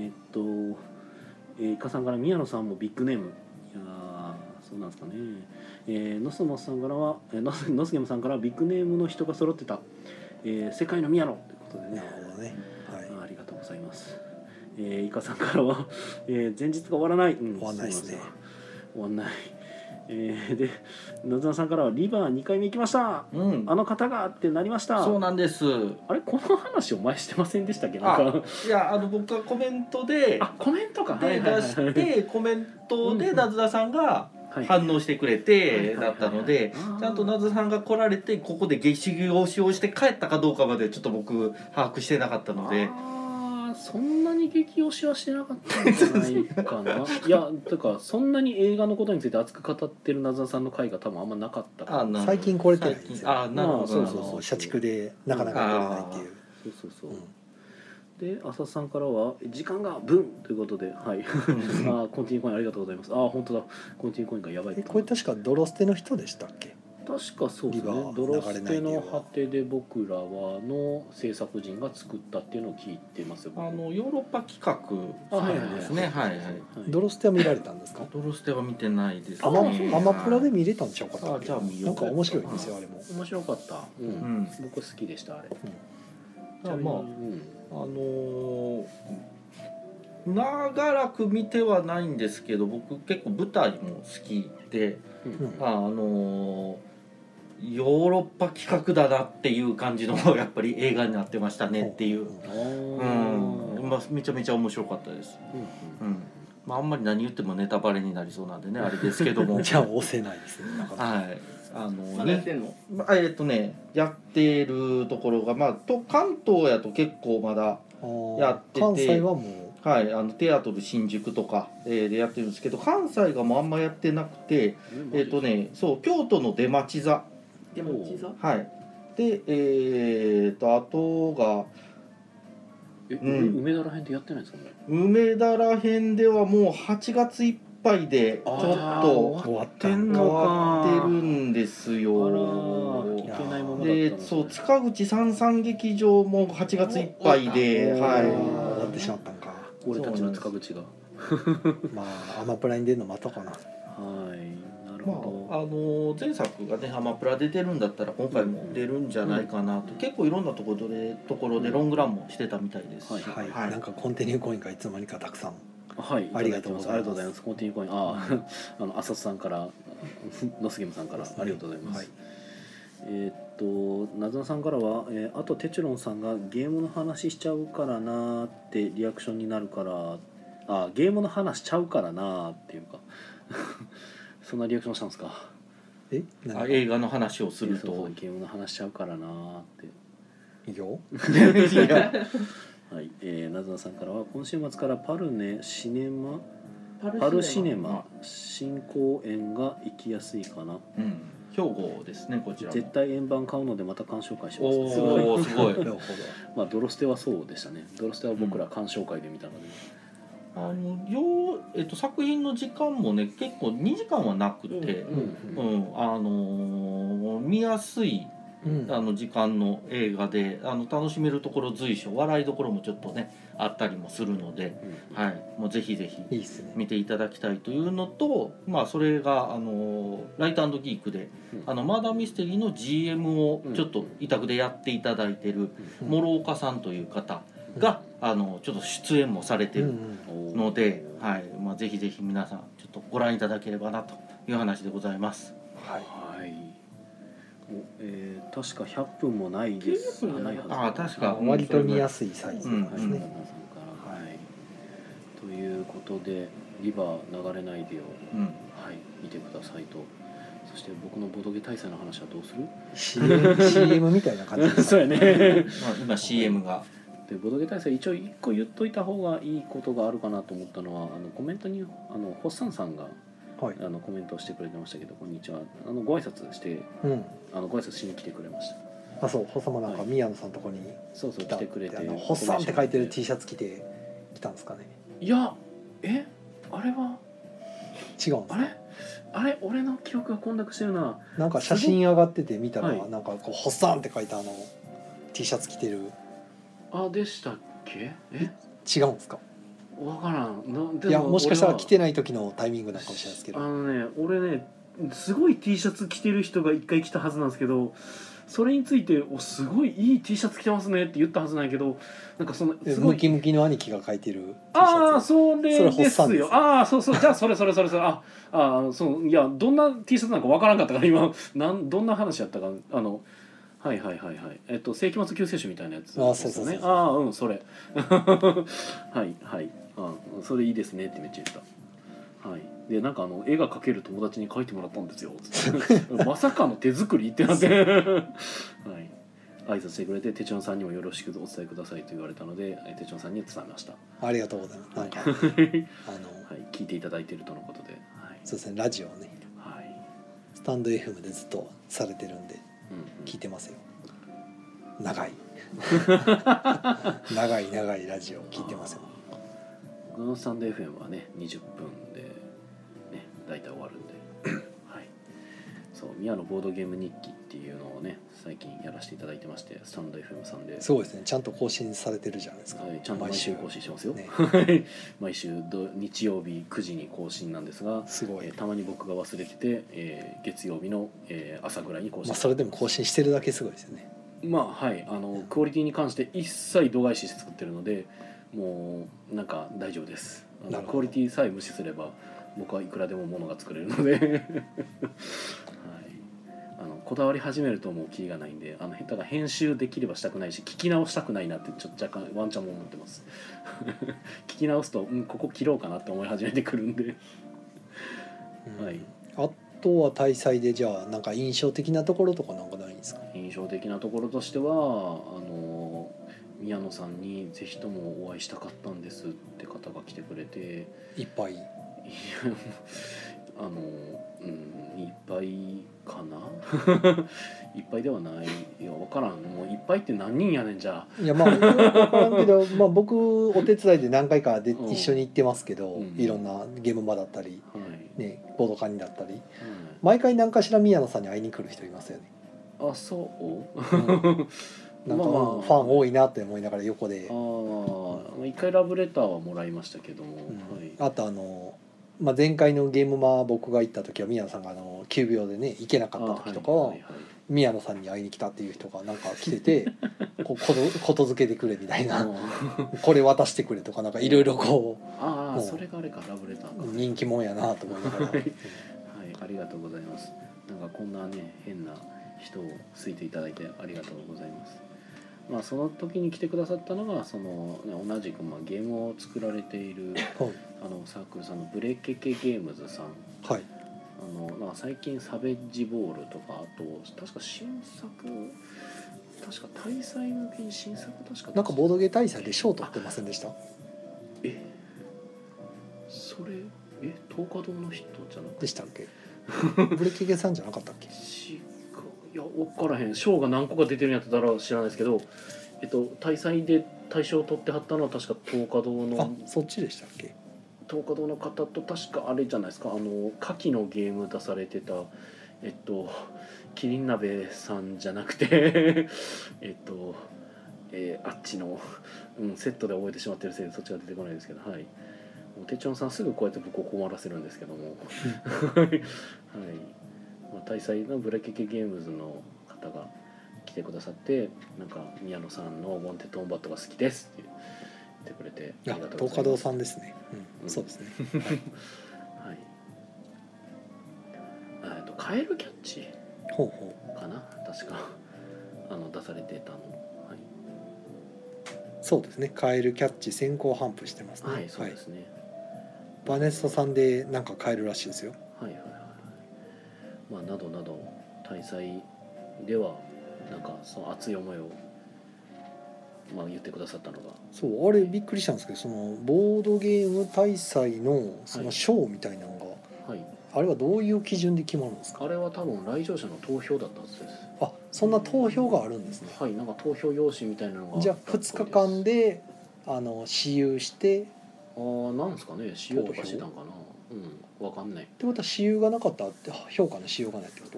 イカさんから宮野さんもビッグネーム。いやそうなんですかね。ノスモスさんからはノスゲムさんからビッグネームの人が揃ってた。世界の宮野ということでね。 なるほどね。 はい。ありがとうございます。イカさんからは、前日が終わらない。 終わらないですね。 終わらない。で野沢さんからはリバー2回目行きました、あの方がってなりました。 そうなんです。 あれこの話を前してませんでしたっけ？なんかいや僕はコメントでコメントかで出してコメントでなずなさんが反応してくれてだったので、ちゃんとなずさんが来られてここで激推しをして帰ったかどうかまでちょっと僕把握してなかったので。 そんなに激推しはしてなかったんじゃないかな。いやとかそんなに映画のことについて熱く語ってるなずなさんの回が多分あんまなかったから。 最近来れてないんですよ。 なるほど。 そう社畜でなかなか来れないっていう。 そう。で浅田さんからは時間が分ということで、はい。コンティニューコインありがとうございます。本当だ。コンティニューコインがやばい。 これ確かドロステの人でしたっけ？ 確かそうですね。ドロステの果てで僕らはの制作陣が作ったっていうのを聞いてますよ。 ヨーロッパ企画ですね。はいはい。 ドロステは見られたんですか？ ドロステは見てないです。 アマプラで見れたんちゃうかな。 じゃあ見よう。 なんか面白いんですよあれも。 面白かった。うん。僕好きでしたあれ。 まあ長らく見てはないんですけど、僕結構舞台も好きで、ヨーロッパ企画だなっていう感じのやっぱり映画になってましたねっていう、めちゃめちゃ面白かったです。あんまり何言ってもネタバレになりそうなんでねあれですけどもじゃあ押せないですね。 はい。 まだやってんの？ やってるところが関東やと結構まだやってて、 関西はもうはい、テアトル新宿とか、でやってるんですけど、関西がもうあんまやってなくて、そう京都の出町座、はい、であとが梅田らへんでやってないですかね。 梅田らへんではもう8月いっぱいでちょっと終わってるんですよ。で、そう塚口三々劇場も8月いっぱいで、はい、 終わってしまったんか。 俺たちの塚口がまあアマプラに出るの待とうかな。 はい、なるほど。前作がねアマプラで出るんだったら今回も出るんじゃないかなと、結構いろんなところでロングランもしてたみたいですし、 なんかコンティニューコインがいつの間にかたくさん、 はい、 ありがとうございます。 ありがとうございます。コンティニューコイン、浅津さんからノスゲムさんからありがとうございます。なずなさんからは、あとテチュロンさんがゲームの話しちゃうからなってリアクションになるから、ゲームの話しちゃうからなっていうかそんなリアクションしたんですか？ 映画の話をするとゲームの話しちゃうからなっていいよはい、なずなさんからは今週末からパルシネマ新公演が行きやすいかな。 兵庫ですね、こちら絶対円盤買うのでまた鑑賞会します。 すごいドロステはそうでしたね。ドロステは僕ら鑑賞会で見たので、作品の時間もね結構2時間はなくて、見やすい時間の映画で楽しめるところ随所、笑いどころもちょっとねあったりもするので、はい、もうぜひぜひ見ていただきたいというのと、それがライト&ギークでマーダーミステリーの GM をちょっと委託でやっていただいてる諸岡さんという方がちょっと出演もされてるので、はい、ぜひぜひ皆さんちょっとご覧いただければなという話でございます。 はい、確か100分もないです。 確か割と見やすいサイズですね。 ということでリバー流れないでよ、見てくださいと。そして僕のボドゲ大祭の話はどうする？ CM みたいな感じです。 そうやね。 今 CM がでボドゲ大祭一応1個言っといた方がいいことがあるかなと思ったのは、コメントにホッサンさんがコメントをしてくれてましたけど、こんにちは、ご挨拶して、ご挨拶しに来てくれました。 そう、ホッサンもなんか宮野さんのとこに来てくれて、 ホッサンって書いてる T シャツ着て来たんですかね。 いや、あれは違うんですか？ あれ俺の記憶が混濁してるな。 なんか写真上がってて見たら、なんかこうホッサンって書いたT シャツ着てるでしたっけ？ 違うんですか？ わからん。 いや、もしかしたら着てない時のタイミングなのかもしれないですけど、 俺ねすごい T シャツ着てる人が一回来たはずなんですけど、それについてすごいいい T シャツ着てますねって言ったはずなんやけど、なんかそのすごいムキムキの兄貴が描いてる T シャツ、それですよ。 そうじゃあそれそういや、どんな T シャツなんかわからんかったから今どんな話やったかはい世紀末救世主みたいなやつですよね。それはいそれいいですねってめっちゃ言った。はい、でなんか絵が描ける友達に描いてもらったんですよまさかの手作りってなってはい、挨拶してくれて、テチョンさんにもよろしくお伝えくださいと言われたので、テチョンさんに伝えました。 ありがとうございます。なんか聞いていただいているとのことで、 そうですね、ラジオね、スタンド FM でずっとされてるんで聞いてますよ。長いラジオ聞いてますよ。 僕のスタンド FM はね20分でね大体終わるんではい、そう宮のボードゲーム日記っていうのをね最近やらせていただいてまして、スタンド FM さんで。 そうですね、ちゃんと更新されてるじゃないですか。 はい、ちゃんと毎週更新してますよ、 ね、 毎週日曜日9時に更新なんですが、 すごい、 たまに僕が忘れてて、月曜日の、朝ぐらいに更新、 それでも更新してるだけすごいですよね。 はい、クオリティに関して一切度外視して作ってるので、もうなんか大丈夫です。クオリティさえ無視すれば僕はいくらでもものが作れるので、はい、こだわり始めるともうキリがないんで、だから編集できればしたくないし、聞き直したくないなってちょっと若干ワンチャンも思ってます聞き直すと、ここ切ろうかなって思い始めてくるんではい。 あとは大祭でじゃあなんか印象的なところとかなんかないんですか？ 印象的なところとしては宮野さんにぜひともお会いしたかったんですって方が来てくれて、 いっぱいいっぱいかないっぱいではない。いや分からん、もういっぱいって何人やねんじゃあ。 いや分からんけど僕お手伝いで何回かで一緒に行ってますけど、いろんなゲーム場だったり、ね、ボードカニだったり、毎回何かしら宮野さんに会いに来る人いますよね。 あ、そう、 なんかファン多いなって思いながら横で。 一回ラブレターはもらいましたけども、 あと前回のゲームマ僕が行った時は宮野さんが急病でね行けなかった時とかは宮野さんに会いに来たっていう人がなんか来ててことづけてくれみたいなこれ渡してくれとかなんかいろいろこう、それがあれかラブレターか人気者やなと思いながらはい、 ありがとうございます。なんかこんなね変な人を好いていただいてありがとうございます。その時に来てくださったのが同じくゲームを作られている、サークルさんのブレケケゲームズさん、 はい、 最近サベッジボールとか、あと確か新作、確か大祭向けに新作確かなんかボードゲー大祭で賞取ってませんでした？ それ東華堂の人じゃなくてでしたっけブレケケさんじゃなかったっけ？ いや分からへん、賞が何個か出てるんやったら知らないですけど、大祭で大賞を取ってはったのは確か東華堂の、 そっちでしたっけ？ 東華堂の方と確かあれじゃないですか、夏季のゲーム出されてたキリン鍋さんじゃなくてあっちの、セットで覚えてしまってるせいでそっちが出てこないですけど、はい、手帳さんすぐこうやって僕を困らせるんですけどもはい、大祭のブレケケゲームズの方が来てくださって、なんか宮野さんのウォンテッドオンバットが好きですって言ってくれて、ありがとうございます。 東華堂さんですね、そうですねはい、カエルキャッチかな、確か出されてたの、 そうですね、カエルキャッチ先行頒布してますね。 はい、そうですね、 バネストさんでなんか買えるらしいですよ。 などなど大祭ではなんかその熱い思いを言ってくださったのが、 そうあれびっくりしたんですけど、そのボードゲーム大祭のその賞みたいなのが、あれはどういう基準で決まるんですか？ あれは多分来場者の投票だったはずです。 そんな投票があるんですね。 はい、なんか投票用紙みたいなのがじゃあ2日間で私有してなんですかね、私有とかしてたんかな、分かんない。 ってことは私有がなかったって評価の私有がないってこと？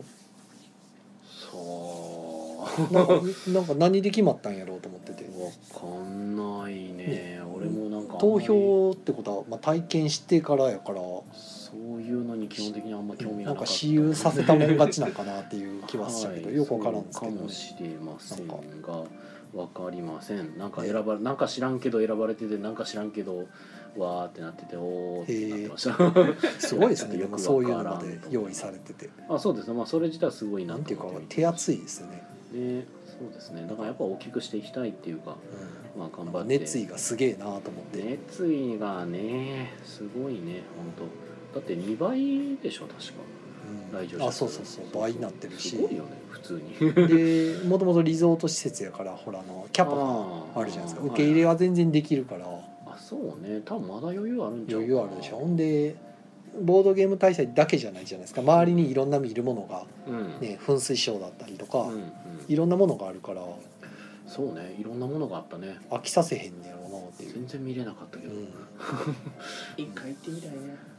なんか何で決まったんやろうと思ってて。 分かんないね、俺もなんか投票ってことは、体験してからやから、 そういうのに基本的にあんま興味がなかった。 なんか私有させたもん勝ちなんかなっていう気はしたけど、よく分からんですけど、 かもしれませんが分かりません。なんかなんか知らんけど選ばれてて、なんか知らんけどわーってなってて、おーってなってましたすごいですね。でもそういうのまで用意されてて、 そうですね、それ自体はすごいなと思って、 なんていうか手厚いですよね。 そうですね、だからやっぱ大きくしていきたいっていうか、頑張って、 熱意がすげえなと思って。 熱意がねすごいね、本当だって2倍でしょ確か、来場者。 そう倍になってるし、 すごいよね普通にでもともとリゾート施設やから、ほらキャパがあるじゃないですか。受け入れは全然できるから。 そうね、多分まだ余裕あるんちゃうかな。 余裕あるでしょ。ほんでボードゲーム大祭だけじゃないじゃないですか。周りにいろんな見るものが、噴水ショーだったりとか、いろんなものがあるから。 そうね、いろんなものがあったね。 飽きさせへんねやろうなっていう。 全然見れなかったけど、一回行ってみたいね。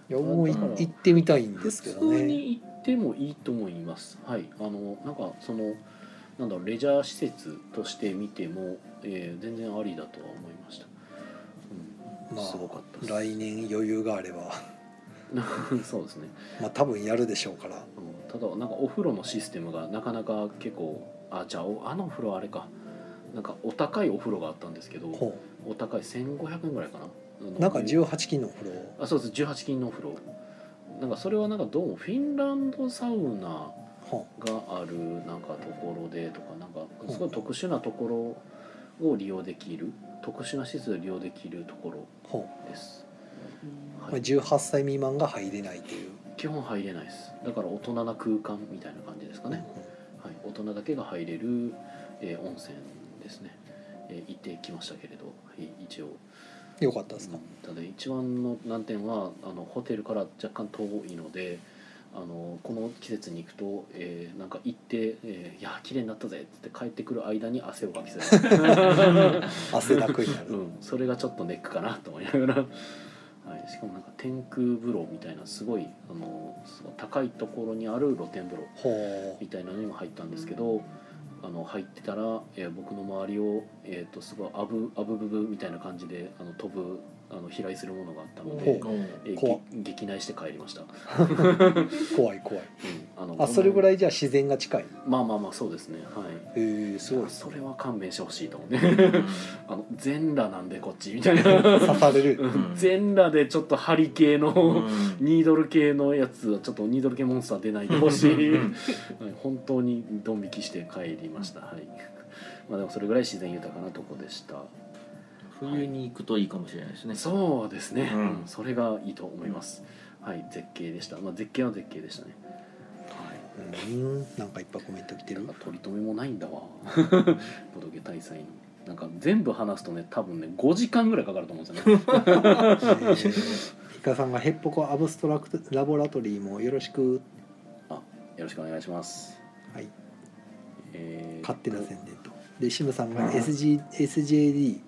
いやもう行ってみたいんですけどね。 普通に行ってもいいと思います。はい、なんかそのなんだろうレジャー施設として見ても、全然ありだとは思いました。 まあすごかったです。 来年余裕があればそうですね。 まあ多分やるでしょうから。 ただなんかお風呂のシステムがなかなか結構じゃあお風呂あれか。なんかお高いお風呂があったんですけど、お高い1500円ぐらいかな。 なんか18金のお風呂。 そうです18金のお風呂。なんかそれはなんかどうもフィンランドサウナがあるなんかところでとかなんかすごい特殊なところを利用できる特殊な施設を利用できるところです。 はい、18歳未満が入れないという。 基本入れないです。だから大人な空間みたいな感じですかね。はい、大人だけが入れる、温泉ですね。行ってきましたけれど、はい、一応。 良かったですか。 ただ一番の難点はホテルから若干遠いのでこの季節に行くと、なんか行って、いや綺麗になったぜって帰ってくる間に汗をかきそう汗だくになる、 それがちょっとネックかなと思いながら、はい、しかもなんか天空風呂みたいなすごい高いところにある露天風呂みたいなのにも入ったんですけど、入ってたら、僕の周りを、すごいアブブブみたいな感じで飛ぶ飛来するものがあったので、撃退して帰りました。 怖い、それぐらいじゃあ自然が近い。 まあそうですね。はい。 すごい。 それは勘弁してほしいと思うね。全裸なんでこっちみたいな。 刺される。 全裸でちょっと針系のニードル系のやつはちょっとニードル系モンスター出ないでほしい。本当にドン引きして帰りました。はい。まあでもそれぐらい自然豊かなとこでした。 冬に行くといいかもしれないですね。 そうですね。それがいいと思います。はい、絶景でした。まあ絶景は絶景でしたね。 なんかいっぱいコメント来てる。 取り留めもないんだわ。ボドゲ大祭のなんか全部話すとね多分ね5時間ぐらいかかると思うんですよね。 イカさんがヘッポコアブストラクトラボラトリーもよろしく。 よろしくお願いします。 はい。勝手な宣伝と。でシムさんが SJD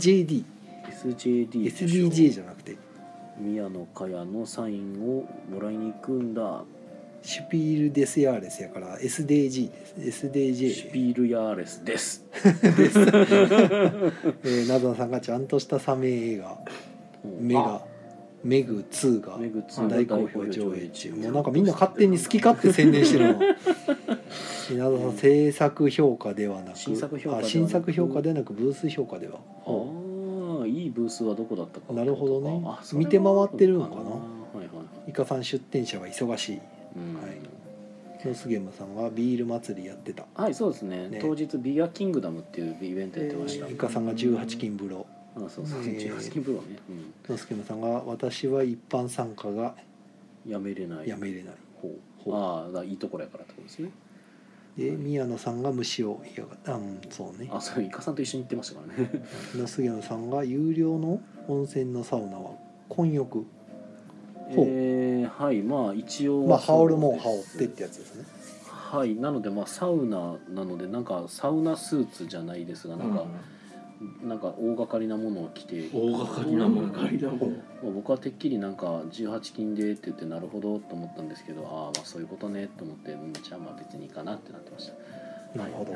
じゃなくて宮野佳代のサインをもらいに行くんだ。 シュピールデスヤーレスやから SDG です。SDJ シュピールヤーレスですですナゾンさんがちゃんとしたサメ映画メグ2が大好評上映中。もうなんかみんな勝手に好き勝手宣伝してるの。稲田さん制作評価ではなく新作評価ではなくブース評価では。 いいブースはどこだったか。 なるほどね。見て回ってるのかな。イカさん出店者は忙しい。はい。ノスゲームさんはビール祭りやってた。 はいそうですね。当日ビアキングダムっていうイベントやってました。 イカさんが18金風呂。 そう18金風呂ね。 ノスゲームさんが私は一般参加がやめれない。 だいいところやからってことですね。 で宮野さんが虫を嫌がったそうね。 そうイカさんと一緒に行ってましたからね。 ノスゲームさんが有料の温泉のサウナは混浴。 はいまあ一応羽織るもん羽織ってってやつですね。 はいなのでサウナなのでなんかサウナスーツじゃないですがなんか大掛かりなものを着て僕はてっきりなんか18金でって言ってなるほどと思ったんですけどまあそういうことねと思ってじゃあまあ別にいいかなってなってました。 なるほど。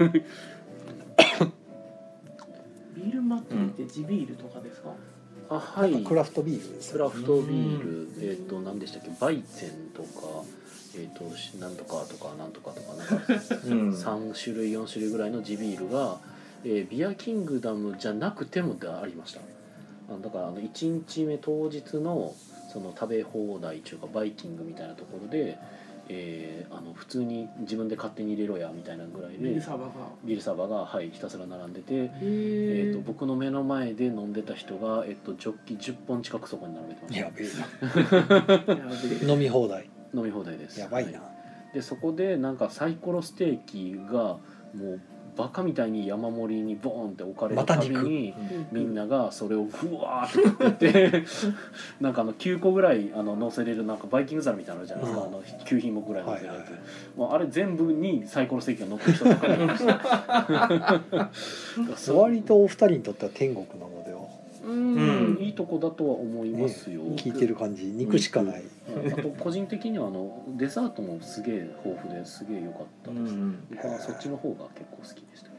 ビール祭りって地ビールとかですか。 はい。 クラフトビールです。 クラフトビール何でしたっけバイゼンとかなんとかとかなんとかとかなんか3種類4種類ぐらいの地ビールがビアキングダムじゃなくてもありました。だから1日目当日のその食べ放題というかバイキングみたいなところで、普通に自分で勝手に入れろやみたいなぐらいでビールサーバーが、ひたすら並んでて、僕の目の前で飲んでた人が、ジョッキ10本近くそこに並べてました。 やべえな。飲み放題です。やばいな。 でそこでなんかサイコロステーキがもうバカみたいに山盛りにボーンって置かれるたびにみんながそれをふわーって食っててなんか9個ぐらい乗せれるなんかバイキング皿みたいなのじゃないですか、9品目ぐらい乗せるやつ、もうあれ全部にサイコロステーキが乗ってる人とかいました。 割とお二人にとっては天国なのでは。 いいとこだとは思いますよ、 聞いてる感じ肉しかない、 あと個人的にはデザートもすげえ豊富ですげえ良かったです、僕はそっちの方が結構好きでしたけ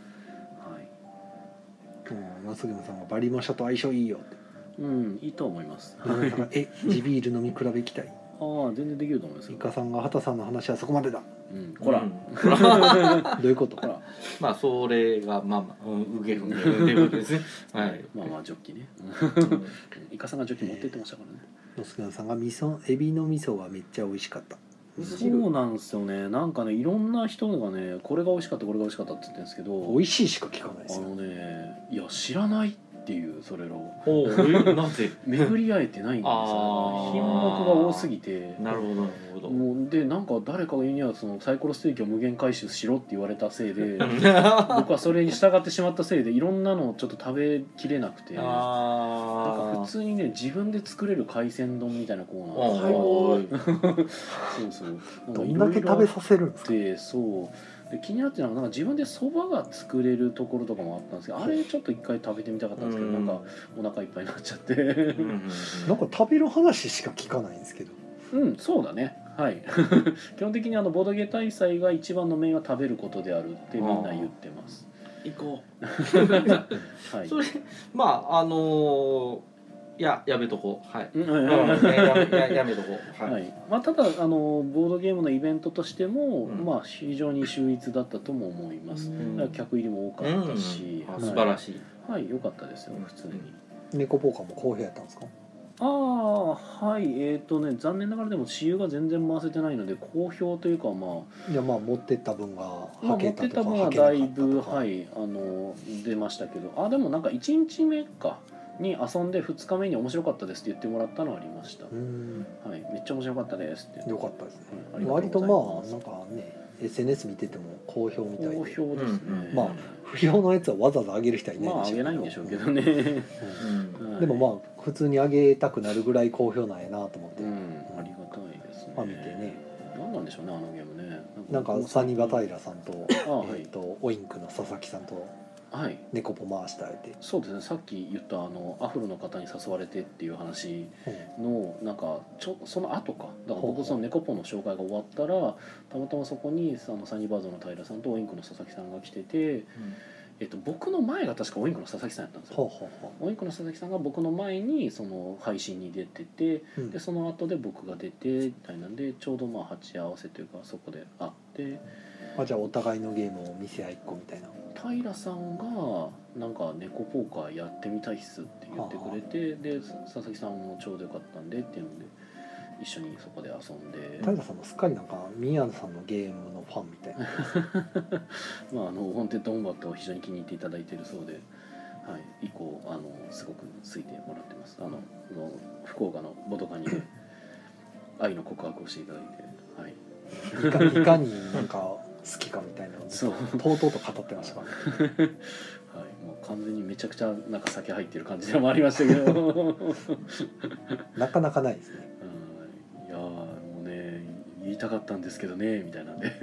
ど、はい。 マスゲムさんがバリマシャと相性いいよって。 いいと思います。 地ビール飲み比べきたい。 全然できると思います。 イカさんが畑さんの話はそこまでだ。 ほら、どういうこと？ まあそれがうげふげっていうことですね。はい。 まあジョッキね。イカさんがジョッキ持ってってましたからね。 ノスケンさんがエビの味噌がめっちゃ美味しかった。 そうなんですよね。なんかね、いろんな人がね、これが美味しかったこれが美味しかったって言ってるんですけど、 美味しいしか聞かないですよ。 いや知らないっていうそれをなぜ巡り合えてないんですよ。品目が多すぎて。 なるほどなるほど。 もうでなんか誰かが言うにはそのサイコロステーキを無限回収しろって言われたせいで僕はそれに従ってしまったせいでいろんなのをちょっと食べきれなくて、なんか普通にね自分で作れる海鮮丼みたいなコーナーそうどんだけ食べさせるんですか。 でそうで気になってるのがなんか自分でそばが作れるところとかもあったんですけど、あれちょっと一回食べてみたかったんですけど、なんかお腹いっぱいになっちゃってなんか食べる話しか聞かないんですけど。 そうだね。はい基本的にボードゲー大祭が一番のメインは食べることであるってみんな言ってます。 行こうはい、 それまあやめとこう。はい。やめとこう。 はい。まあただボードゲームのイベントとしても、まあ非常に秀逸だったとも思います。客入りも多かったし、 素晴らしい。 はい、良かったですよ普通に。 猫ポーカーも好評やったんですか。 はい残念ながらでも私有が全然回せてないので好評というか持ってった分が持ってった分はだいぶ出ましたけど、でもなんか1日目に遊んで2日目に面白かったですって言ってもらったのはありました。はい、めっちゃ面白かったですって。 よかったですね。割となんかね SNS 見てても好評みたいで。 好評ですね。 不評のやつはわざわざ上げる人はいないでしょうけど。 上げないんでしょうけどね。 でも普通に上げたくなるぐらい好評なんやなと思って。 ありがたいですね。 見てね。 何なんでしょうねゲームね。 なんかサニバタイラさんとオインクの佐々木さんと猫ポ回してあえて。そうですね。さっき言ったアフロの方に誘われてっていう話のなんかその後か。だから僕その猫ポの紹介が終わったらたまたまそこにサニバードの平さんとオインクの佐々木さんが来てて。僕の前が確かオインクの佐々木さんやったんですよ。オインクの佐々木さんが僕の前にその配信に出てて、でその後で僕が出てみたいなんでちょうど鉢合わせというかそこで会って、 じゃあお互いのゲームを見せ合いっこみたいな。 平さんがなんか猫ポーカーやってみたいっすって言ってくれて、で佐々木さんもちょうどよかったんでっていうので一緒にそこで遊んで。 平さんもすっかりなんか宮野さんのゲームのファンみたいなホーンテッドオンバットを非常に気に入っていただいているそうで、以降すごく好いてもらってます。福岡のボドカにで愛の告白をしていただいて、 いかになんか好きかみたいなのをとうとうと語ってましたからねもう完全にめちゃくちゃなんか酒入ってる感じでもありましたけどなかなかないですね。 いやもうね言いたかったんですけどねみたいなんで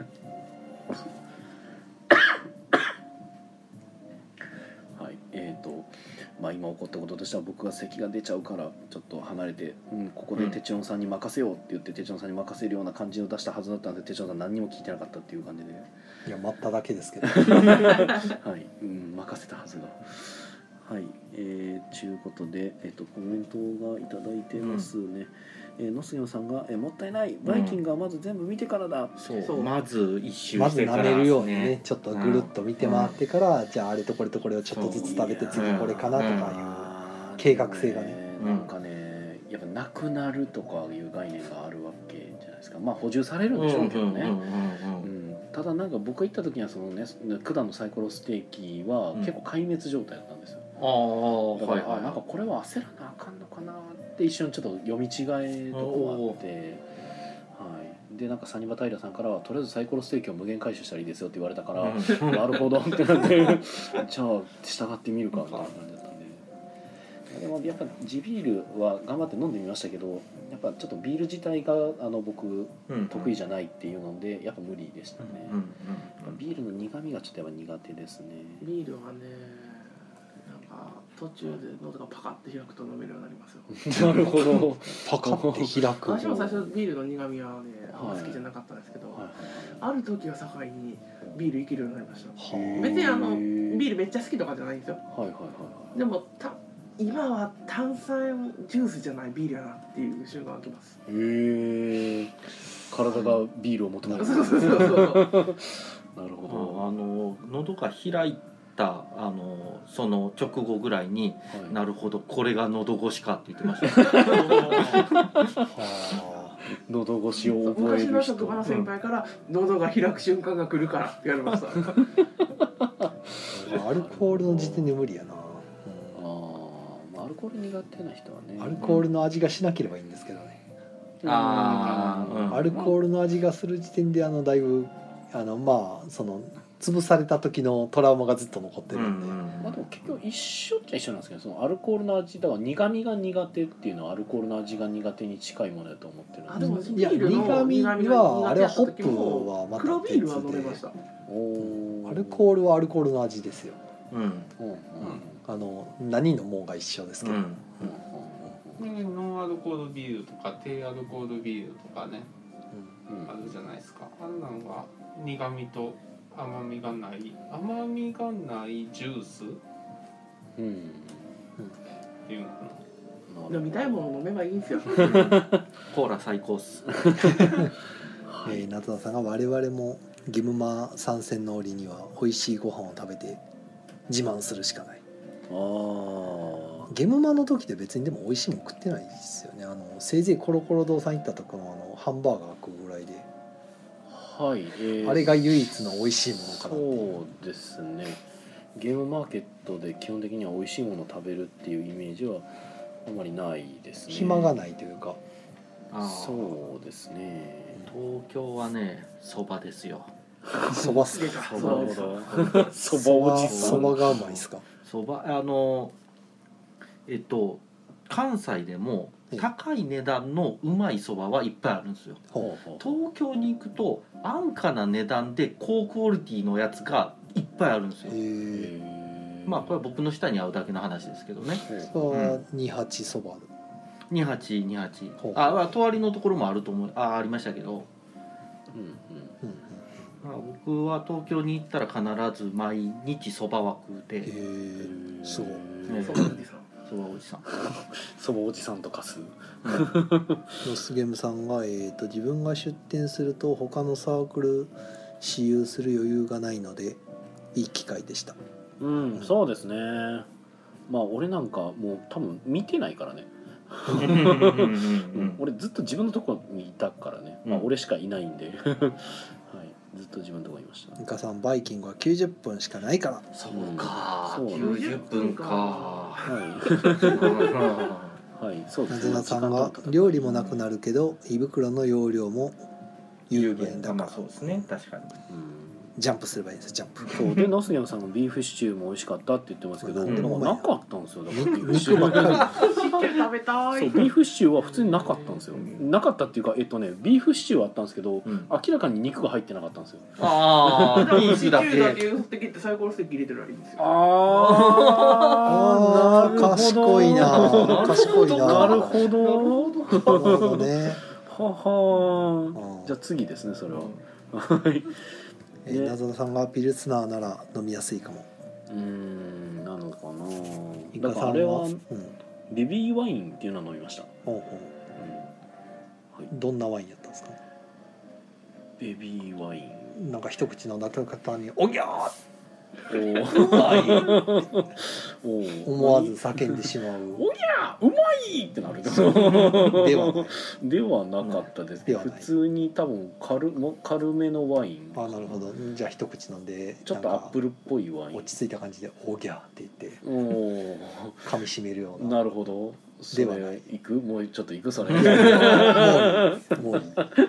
今起こったこととしては僕が咳が出ちゃうからちょっと離れて、ここでテチロンさんに任せようって言ってテチロンさんに任せるような感じを出したはずだったんでテチロンさん何にも聞いてなかったっていう感じで、 いや待っただけですけどはい、任せたはずがはいちゅうことで、コメントがいただいてますね。野杉さんが、もったいないバイキングはまず全部見てからだ、 そうまず一周まずしてから舐めるようにねちょっとぐるっと見て回ってから、じゃああれとこれとこれをちょっとずつ食べて次これかなとかいう計画性がね、 なんかねやっぱなくなるとかいう概念があるわけじゃないですか。補充されるんでしょうけどね。ただなんか僕が行った時にはそのね九段のサイコロステーキは結構壊滅状態だったんですよ。だからなんかこれは焦らなあかんのかなって一瞬ちょっと読み違えとこあって、でなんかサニバタイラさんからはとりあえずサイコロステーキを無限回収したらいいですよって言われたから、なるほどってなってじゃあ従ってみるかみたいな感じだったんで。でもやっぱ地ビールは頑張って飲んでみましたけど、やっぱちょっとビール自体が僕得意じゃないっていうのでやっぱ無理でしたね。ビールの苦味がちょっとやっぱ苦手ですね。 ビールはねなんか途中で喉がパカって開くと飲めるようになりますよ。 なるほど。 パカって開く。 私も最初ビールの苦味はねあんま好きじゃなかったんですけど、 はいある時を境にビールいけるようになりました。 は別にビールめっちゃ好きとかじゃないんですよ。 はいはいはいでも今は炭酸ジュースじゃないビールやなっていう瞬間が来ます。 へえ。体がビールを求める。 そうそうそうそう。 なるあほの喉が開いたその直後ぐらいに、 ど。はいなるほどこれが喉越しかって言ってました。 あ。 喉越しを覚え昔のる人。 職場の先輩から喉が開く瞬間が来るからって言われました。 アルコールの時点で無理やな。 まあアルコール苦手な人はね。 アルコールの味がしなければいいんですけどね。 ああ、うんアルコールの味がする時点でだいぶまあその潰された時のトラウマがずっと残ってるんで、 まあでも結局一緒っちゃ一緒なんですけど、そのアルコールの味だから苦味が苦手っていうのはアルコールの味が苦手に近いものだと思ってるんで。 あでもいや苦味はあれはホップはまた黒ビールは飲めま別した。 おアルコールはアルコールの味ですよ。 うんうん何のもんが一緒ですけど、 うんノンアルコールビールとか低アルコールビールとかねうんあるじゃないですか。あんなんは苦味と甘みがないジュースっうんていうのか飲みたいもの飲めばいいんですよ。 コーラ最高っす。 夏田さんが我々もゲムマ参戦の折には美味しいご飯を食べて自慢するしかない。ゲムマの時って別にでも美味しいもん食ってないですよね。せいぜいコロコロ堂さん行ったとこのハンバーガー食うぐらいで、 はい、 あれが唯一の美味しいものかなっていう。 そうですね。ゲームマーケットで基本的には美味しいものを食べるっていうイメージはあまりないですね。 暇がないというか。 そうですね。 東京はねそばですよ。 そばすげそばおじさんがうまいですか。 そば関西でも高い値段のうまいそばはいっぱいあるんですよ。東京に行くと安価な値段で高クオリティのやつがいっぱいあるんですよ。まあこれは僕の舌に合うだけの話ですけどね。 28そば。 28隣のところもあると思う。ありましたけど。僕は東京に行ったら必ず毎日そばは食うて。 すごい。 そばおじさん。 そばおじさんとかす。 ノスゲムさんが自分が出店すると他のサークル私有する余裕がないのでいい機会でした。 そうですね。まあ俺なんかもう多分見てないからね。俺ずっと自分のところにいたからね。まあ俺しかいないんで。ずっと自分のところにいました。 イカさんバイキングは90分しかないから。 そうか。90分か。 はい。そうですね。 なずなさんが料理もなくなるけど胃袋の容量も有限だから。 そうですね。確かに。 ジャンプすればいいんですジャンプ。 そうでノスゲムさんがビーフシチューも美味しかったって言ってますけど、なかったんですよ。だからビーフシチューばっかり。 食べたい。 そうビーフシチューは普通になかったんですよ。なかったっていうかビーフシチューはあったんですけど、明らかに肉が入ってなかったんですよ。 ビーフだけ。 シチューだけ振って切ってサイコロステーキ入れてるらいいんですよ。 賢いな。賢いな。 なるほど。 なるほどね。 はは。じゃあ次ですねそれは。はい。 なずなさんがピルツナーなら飲みやすいかも。 なのかな。 イカさんはあれはベビーワインっていうのを飲みました。 どんなワインやったんですか。 ベビーワイン。 なんか一口飲んだ方におぎゃー思わず叫んでしまう。 おぎゃーうまいってなる。ではなかったです。普通に多分軽めのワイン。 なるほど。じゃあ一口飲んでちょっとアップルっぽいワイン。 落ち着いた感じでおぎゃーって言って噛み締めるような。 なるほど。ではない。行くもうちょっと行くそれ。 もう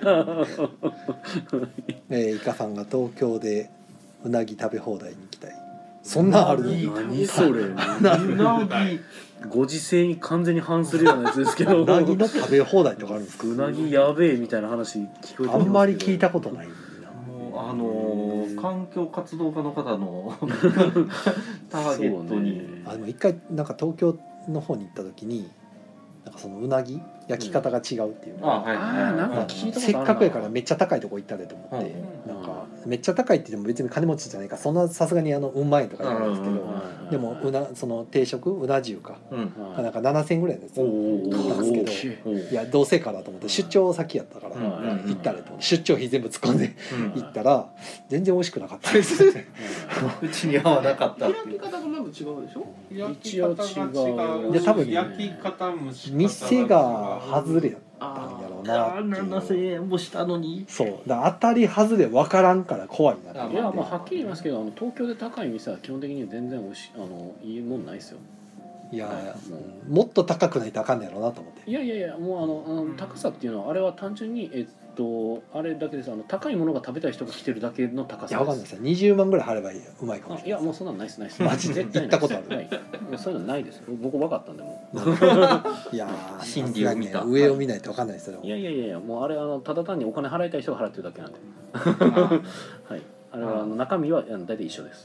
イカさんが東京でうなぎ食べ放題に行きたい。そんなあるの？ 何それ。ご時世に完全に反するようなやつですけど。 うなぎの食べ放題とかあるんですか？ うなぎやべえみたいな話聞こえてますけど。 あんまり聞いたことない。 関環境活動家の方のターゲットに、 でも一回なんか東京の方に行った時になんかそのうなぎ焼き方が違うっていうか、 なんか聞いたことあるな。 せっかくやからめっちゃ高いとこ行ったでと思って、なんかめっちゃ高いって言っても別に金持ちじゃないからそんなさすがにうんまいとかじゃないですけど、でもその定食うな重か、なんか7000円ぐらいのやつ買ったんですけど、いやどうせかなと思って出張先やったから行ったらと思って出張費全部突っ込んで行ったら全然美味しくなかったです。 うちに合わなかったっていう。 焼き方がまず違うでしょ。 焼き方が違う。 で多分ね焼き方蒸し方店が外れやったんやろうなっていう。 7000円もしたのに。 そうだから当たり外れ分からんから怖いなって。 いやまあはっきり言いますけど東京で高い店は基本的に全然いいもんないですよ。 いやもっと高くないとあかんねやろうなと思って。 いやもう高さっていうのはあれは単純にあれだけです。高いものが食べたい人が来てるだけの高さです。 いやわかんないですよ。20万ぐらい払えばうまいかもしれない。 いやもうそんなのないですないです。 マジで行ったことある。 はい。そういうのないです。僕分かったんでもう。 いや心理を見た。 上を見ないと分かんないですよ。 いやもうあれただ単にお金払いたい人が払ってるだけなんで。はい。あれは中身は大体一緒です。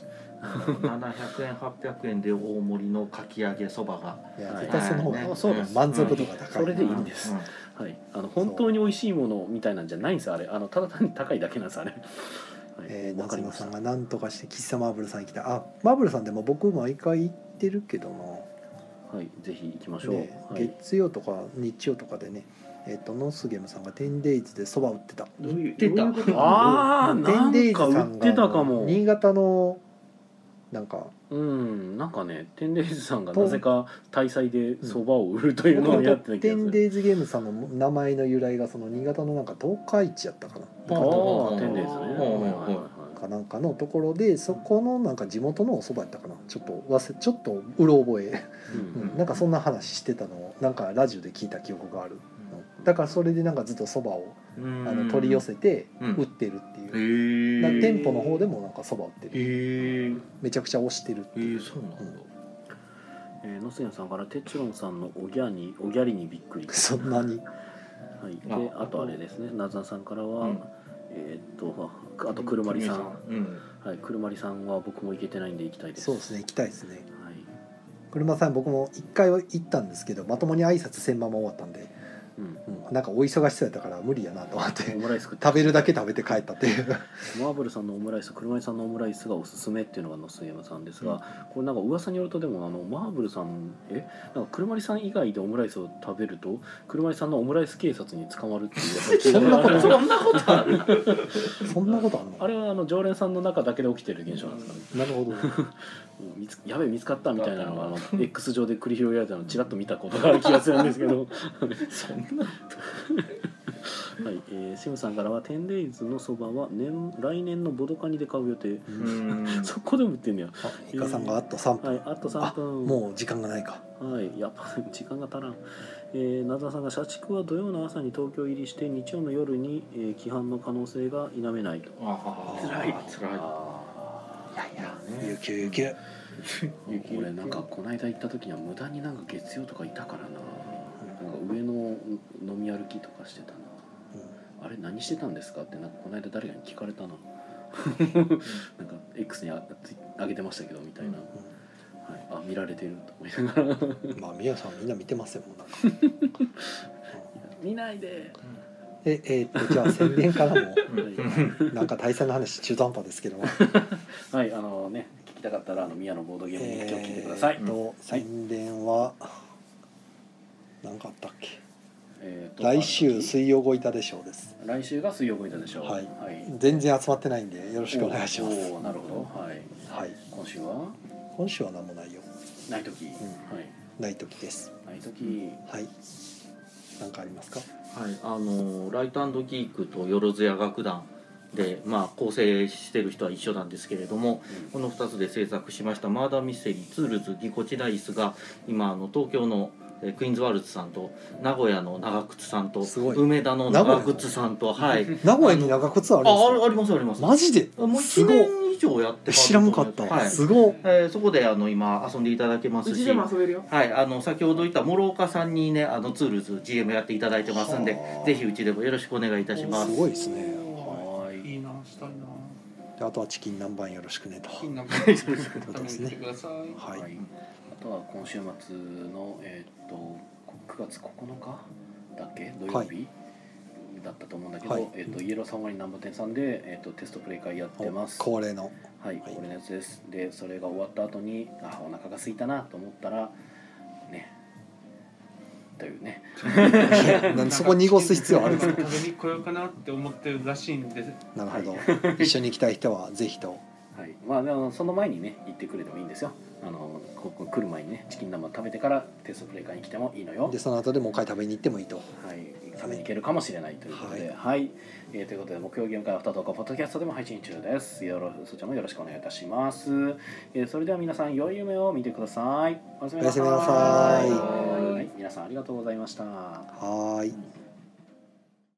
700円800円で大盛りのかき揚げそばが、 いや絶対その方がそうです。 満足度が高い。 それでいいんです。はい。本当に美味しいものみたいなんじゃないんですよあれ。ただ単に高いだけなんですあれ。 夏野さんが何とかして喫茶マーブルさんに来た。あ、マーブルさんでも僕毎回行ってるけどな。 はい、ぜひ行きましょう。 月曜とか日曜とかでね。ノスゲムさんが10daysでそば売ってた。 売ってた。 ああ、なんか売ってたかも。 新潟のなんかなんかね、10daysさんがなぜか大祭でそばを売るというのをやってた気がする。 10daysゲームさんの名前の由来がその新潟のなんか十日市やったかな。 10daysね。 かなんかのところでそこのなんか地元のお蕎麦やったかな。ちょっとうろ覚え。なんかそんな話してたのをなんかラジオで聞いた記憶がある。だからそれでなんかずっとそばを取り寄せて売ってるっていう、店舗の方でもなんかそば売ってる、めちゃくちゃ推してるっていう。 そうなんだ。 野杉さんからテチロンさんのおぎゃりにびっくり。 そんなに。 はい。であとあれですね、なずなさんからはあとくるまりさん、はい、くるまりさんは僕も行けてないんで行きたいです。 そうですね、行きたいですね。 はい。 くるまさん僕も1回は行ったんですけどまともに挨拶せんまま終わったんで。なんかお忙しそうやったから無理やなと思ってオムライス食べるだけ食べて帰ったっていうマーブルさんのオムライス、車井さんのオムライスがおすすめっていうのが野杉山さんですが、これなんか噂によるとでもマーブルさんなんか車井さん以外でオムライスを食べると車井さんのオムライス警察に捕まるっていうそんなことあるそんなことあるの？ あれは常連さんの中だけで起きてる現象なんですかね。 なるほどやべえ見つかったみたいなのがX 上で繰り広げられたのをちらっと見たことがある気がするんですけどそんなはい、シムさんからは 10days のそばは来年のボドカニで買う予定。そこでも売ってんねや。 イカさんがあと3分、 はい、あと3分。 もう時間がないか。 はい、やっぱ時間が足らん。なずなさんが社畜は土曜の朝に東京入りして日曜の夜に、帰還の可能性が否めないと。 辛い。 いや有給俺なんかこの間行った時には無駄になんか月曜とかいたからな。なんか上の飲み歩きとかしてたな。あれ何してたんですかってなんかこの間誰かに聞かれたな。なんか X に上げてましたけどみたいな。はい、見られてると思いながら。 まあ宮さんみんな見てますよなんか。 見ないで。 じゃあ宣伝からもなんか対戦の話中途半端ですけどもはいね聞きたかったら宮のボードゲーム日記を聞いてください。 宣伝は何かあったっけ？来週水曜ごいたでしょうです。 来週が水曜ごいたでしょう。 はい。全然集まってないんでよろしくお願いします。 なるほど。はい。はい。今週は何もないよ。ないとき。はい。 ないときです。 ないとき。 はい。何かありますか？ はい、ライト&ギークとよろずや楽団で、構成してる人は一緒なんですけれども、この2つで制作しましたマーダーミステリーツールズぎこちダイスが今東京のクイーンズワールズさんと名古屋の長靴さんと梅田の長靴さんと、はい、 名古屋に長靴あるんですか？ ありますあります。 マジで？ もう1年以上やって知らんかった。はい、すごい。 そこで今遊んでいただけますし、 うちでも遊べるよ。 はい、先ほど言った諸岡さんにねツールズ GM やっていただいてますんで、ぜひうちでもよろしくお願いいたします。 すごいですね。 いいなしたいな。 あとはチキン南蛮よろしくねと。 チキン南蛮よろしくそうですね。 ください。 はい。 あとは今週末の9月9日だっけ土曜日、だったと思うんだけど、イエローサンワリン南部店さんでテストプレイ会やってます。 恒例の。 はい、恒例のやつです。でそれが終わった後にお腹が空いたなと思ったらね。というねそこ濁す必要あるんですか。 食べに来ようかなって思ってるらしいんです。 なるほど。一緒に行きたい人はぜひと。 はい。まあでもその前にね行ってくれてもいいんですよ。ここ来る前にねチキン南蛮食べてからテストプレイ会に来てもいいのよ。 でその後でもう一回食べに行ってもいいと。 はい。食べに行けるかもしれないということで、はい。ということで木曜ゲーム会アフタートークポッドキャストでも配信中です。そちらもよろしくお願いいたします。それでは皆さん良い夢を見てください。おやすみなさい。はい。皆さんありがとうございました。 はい。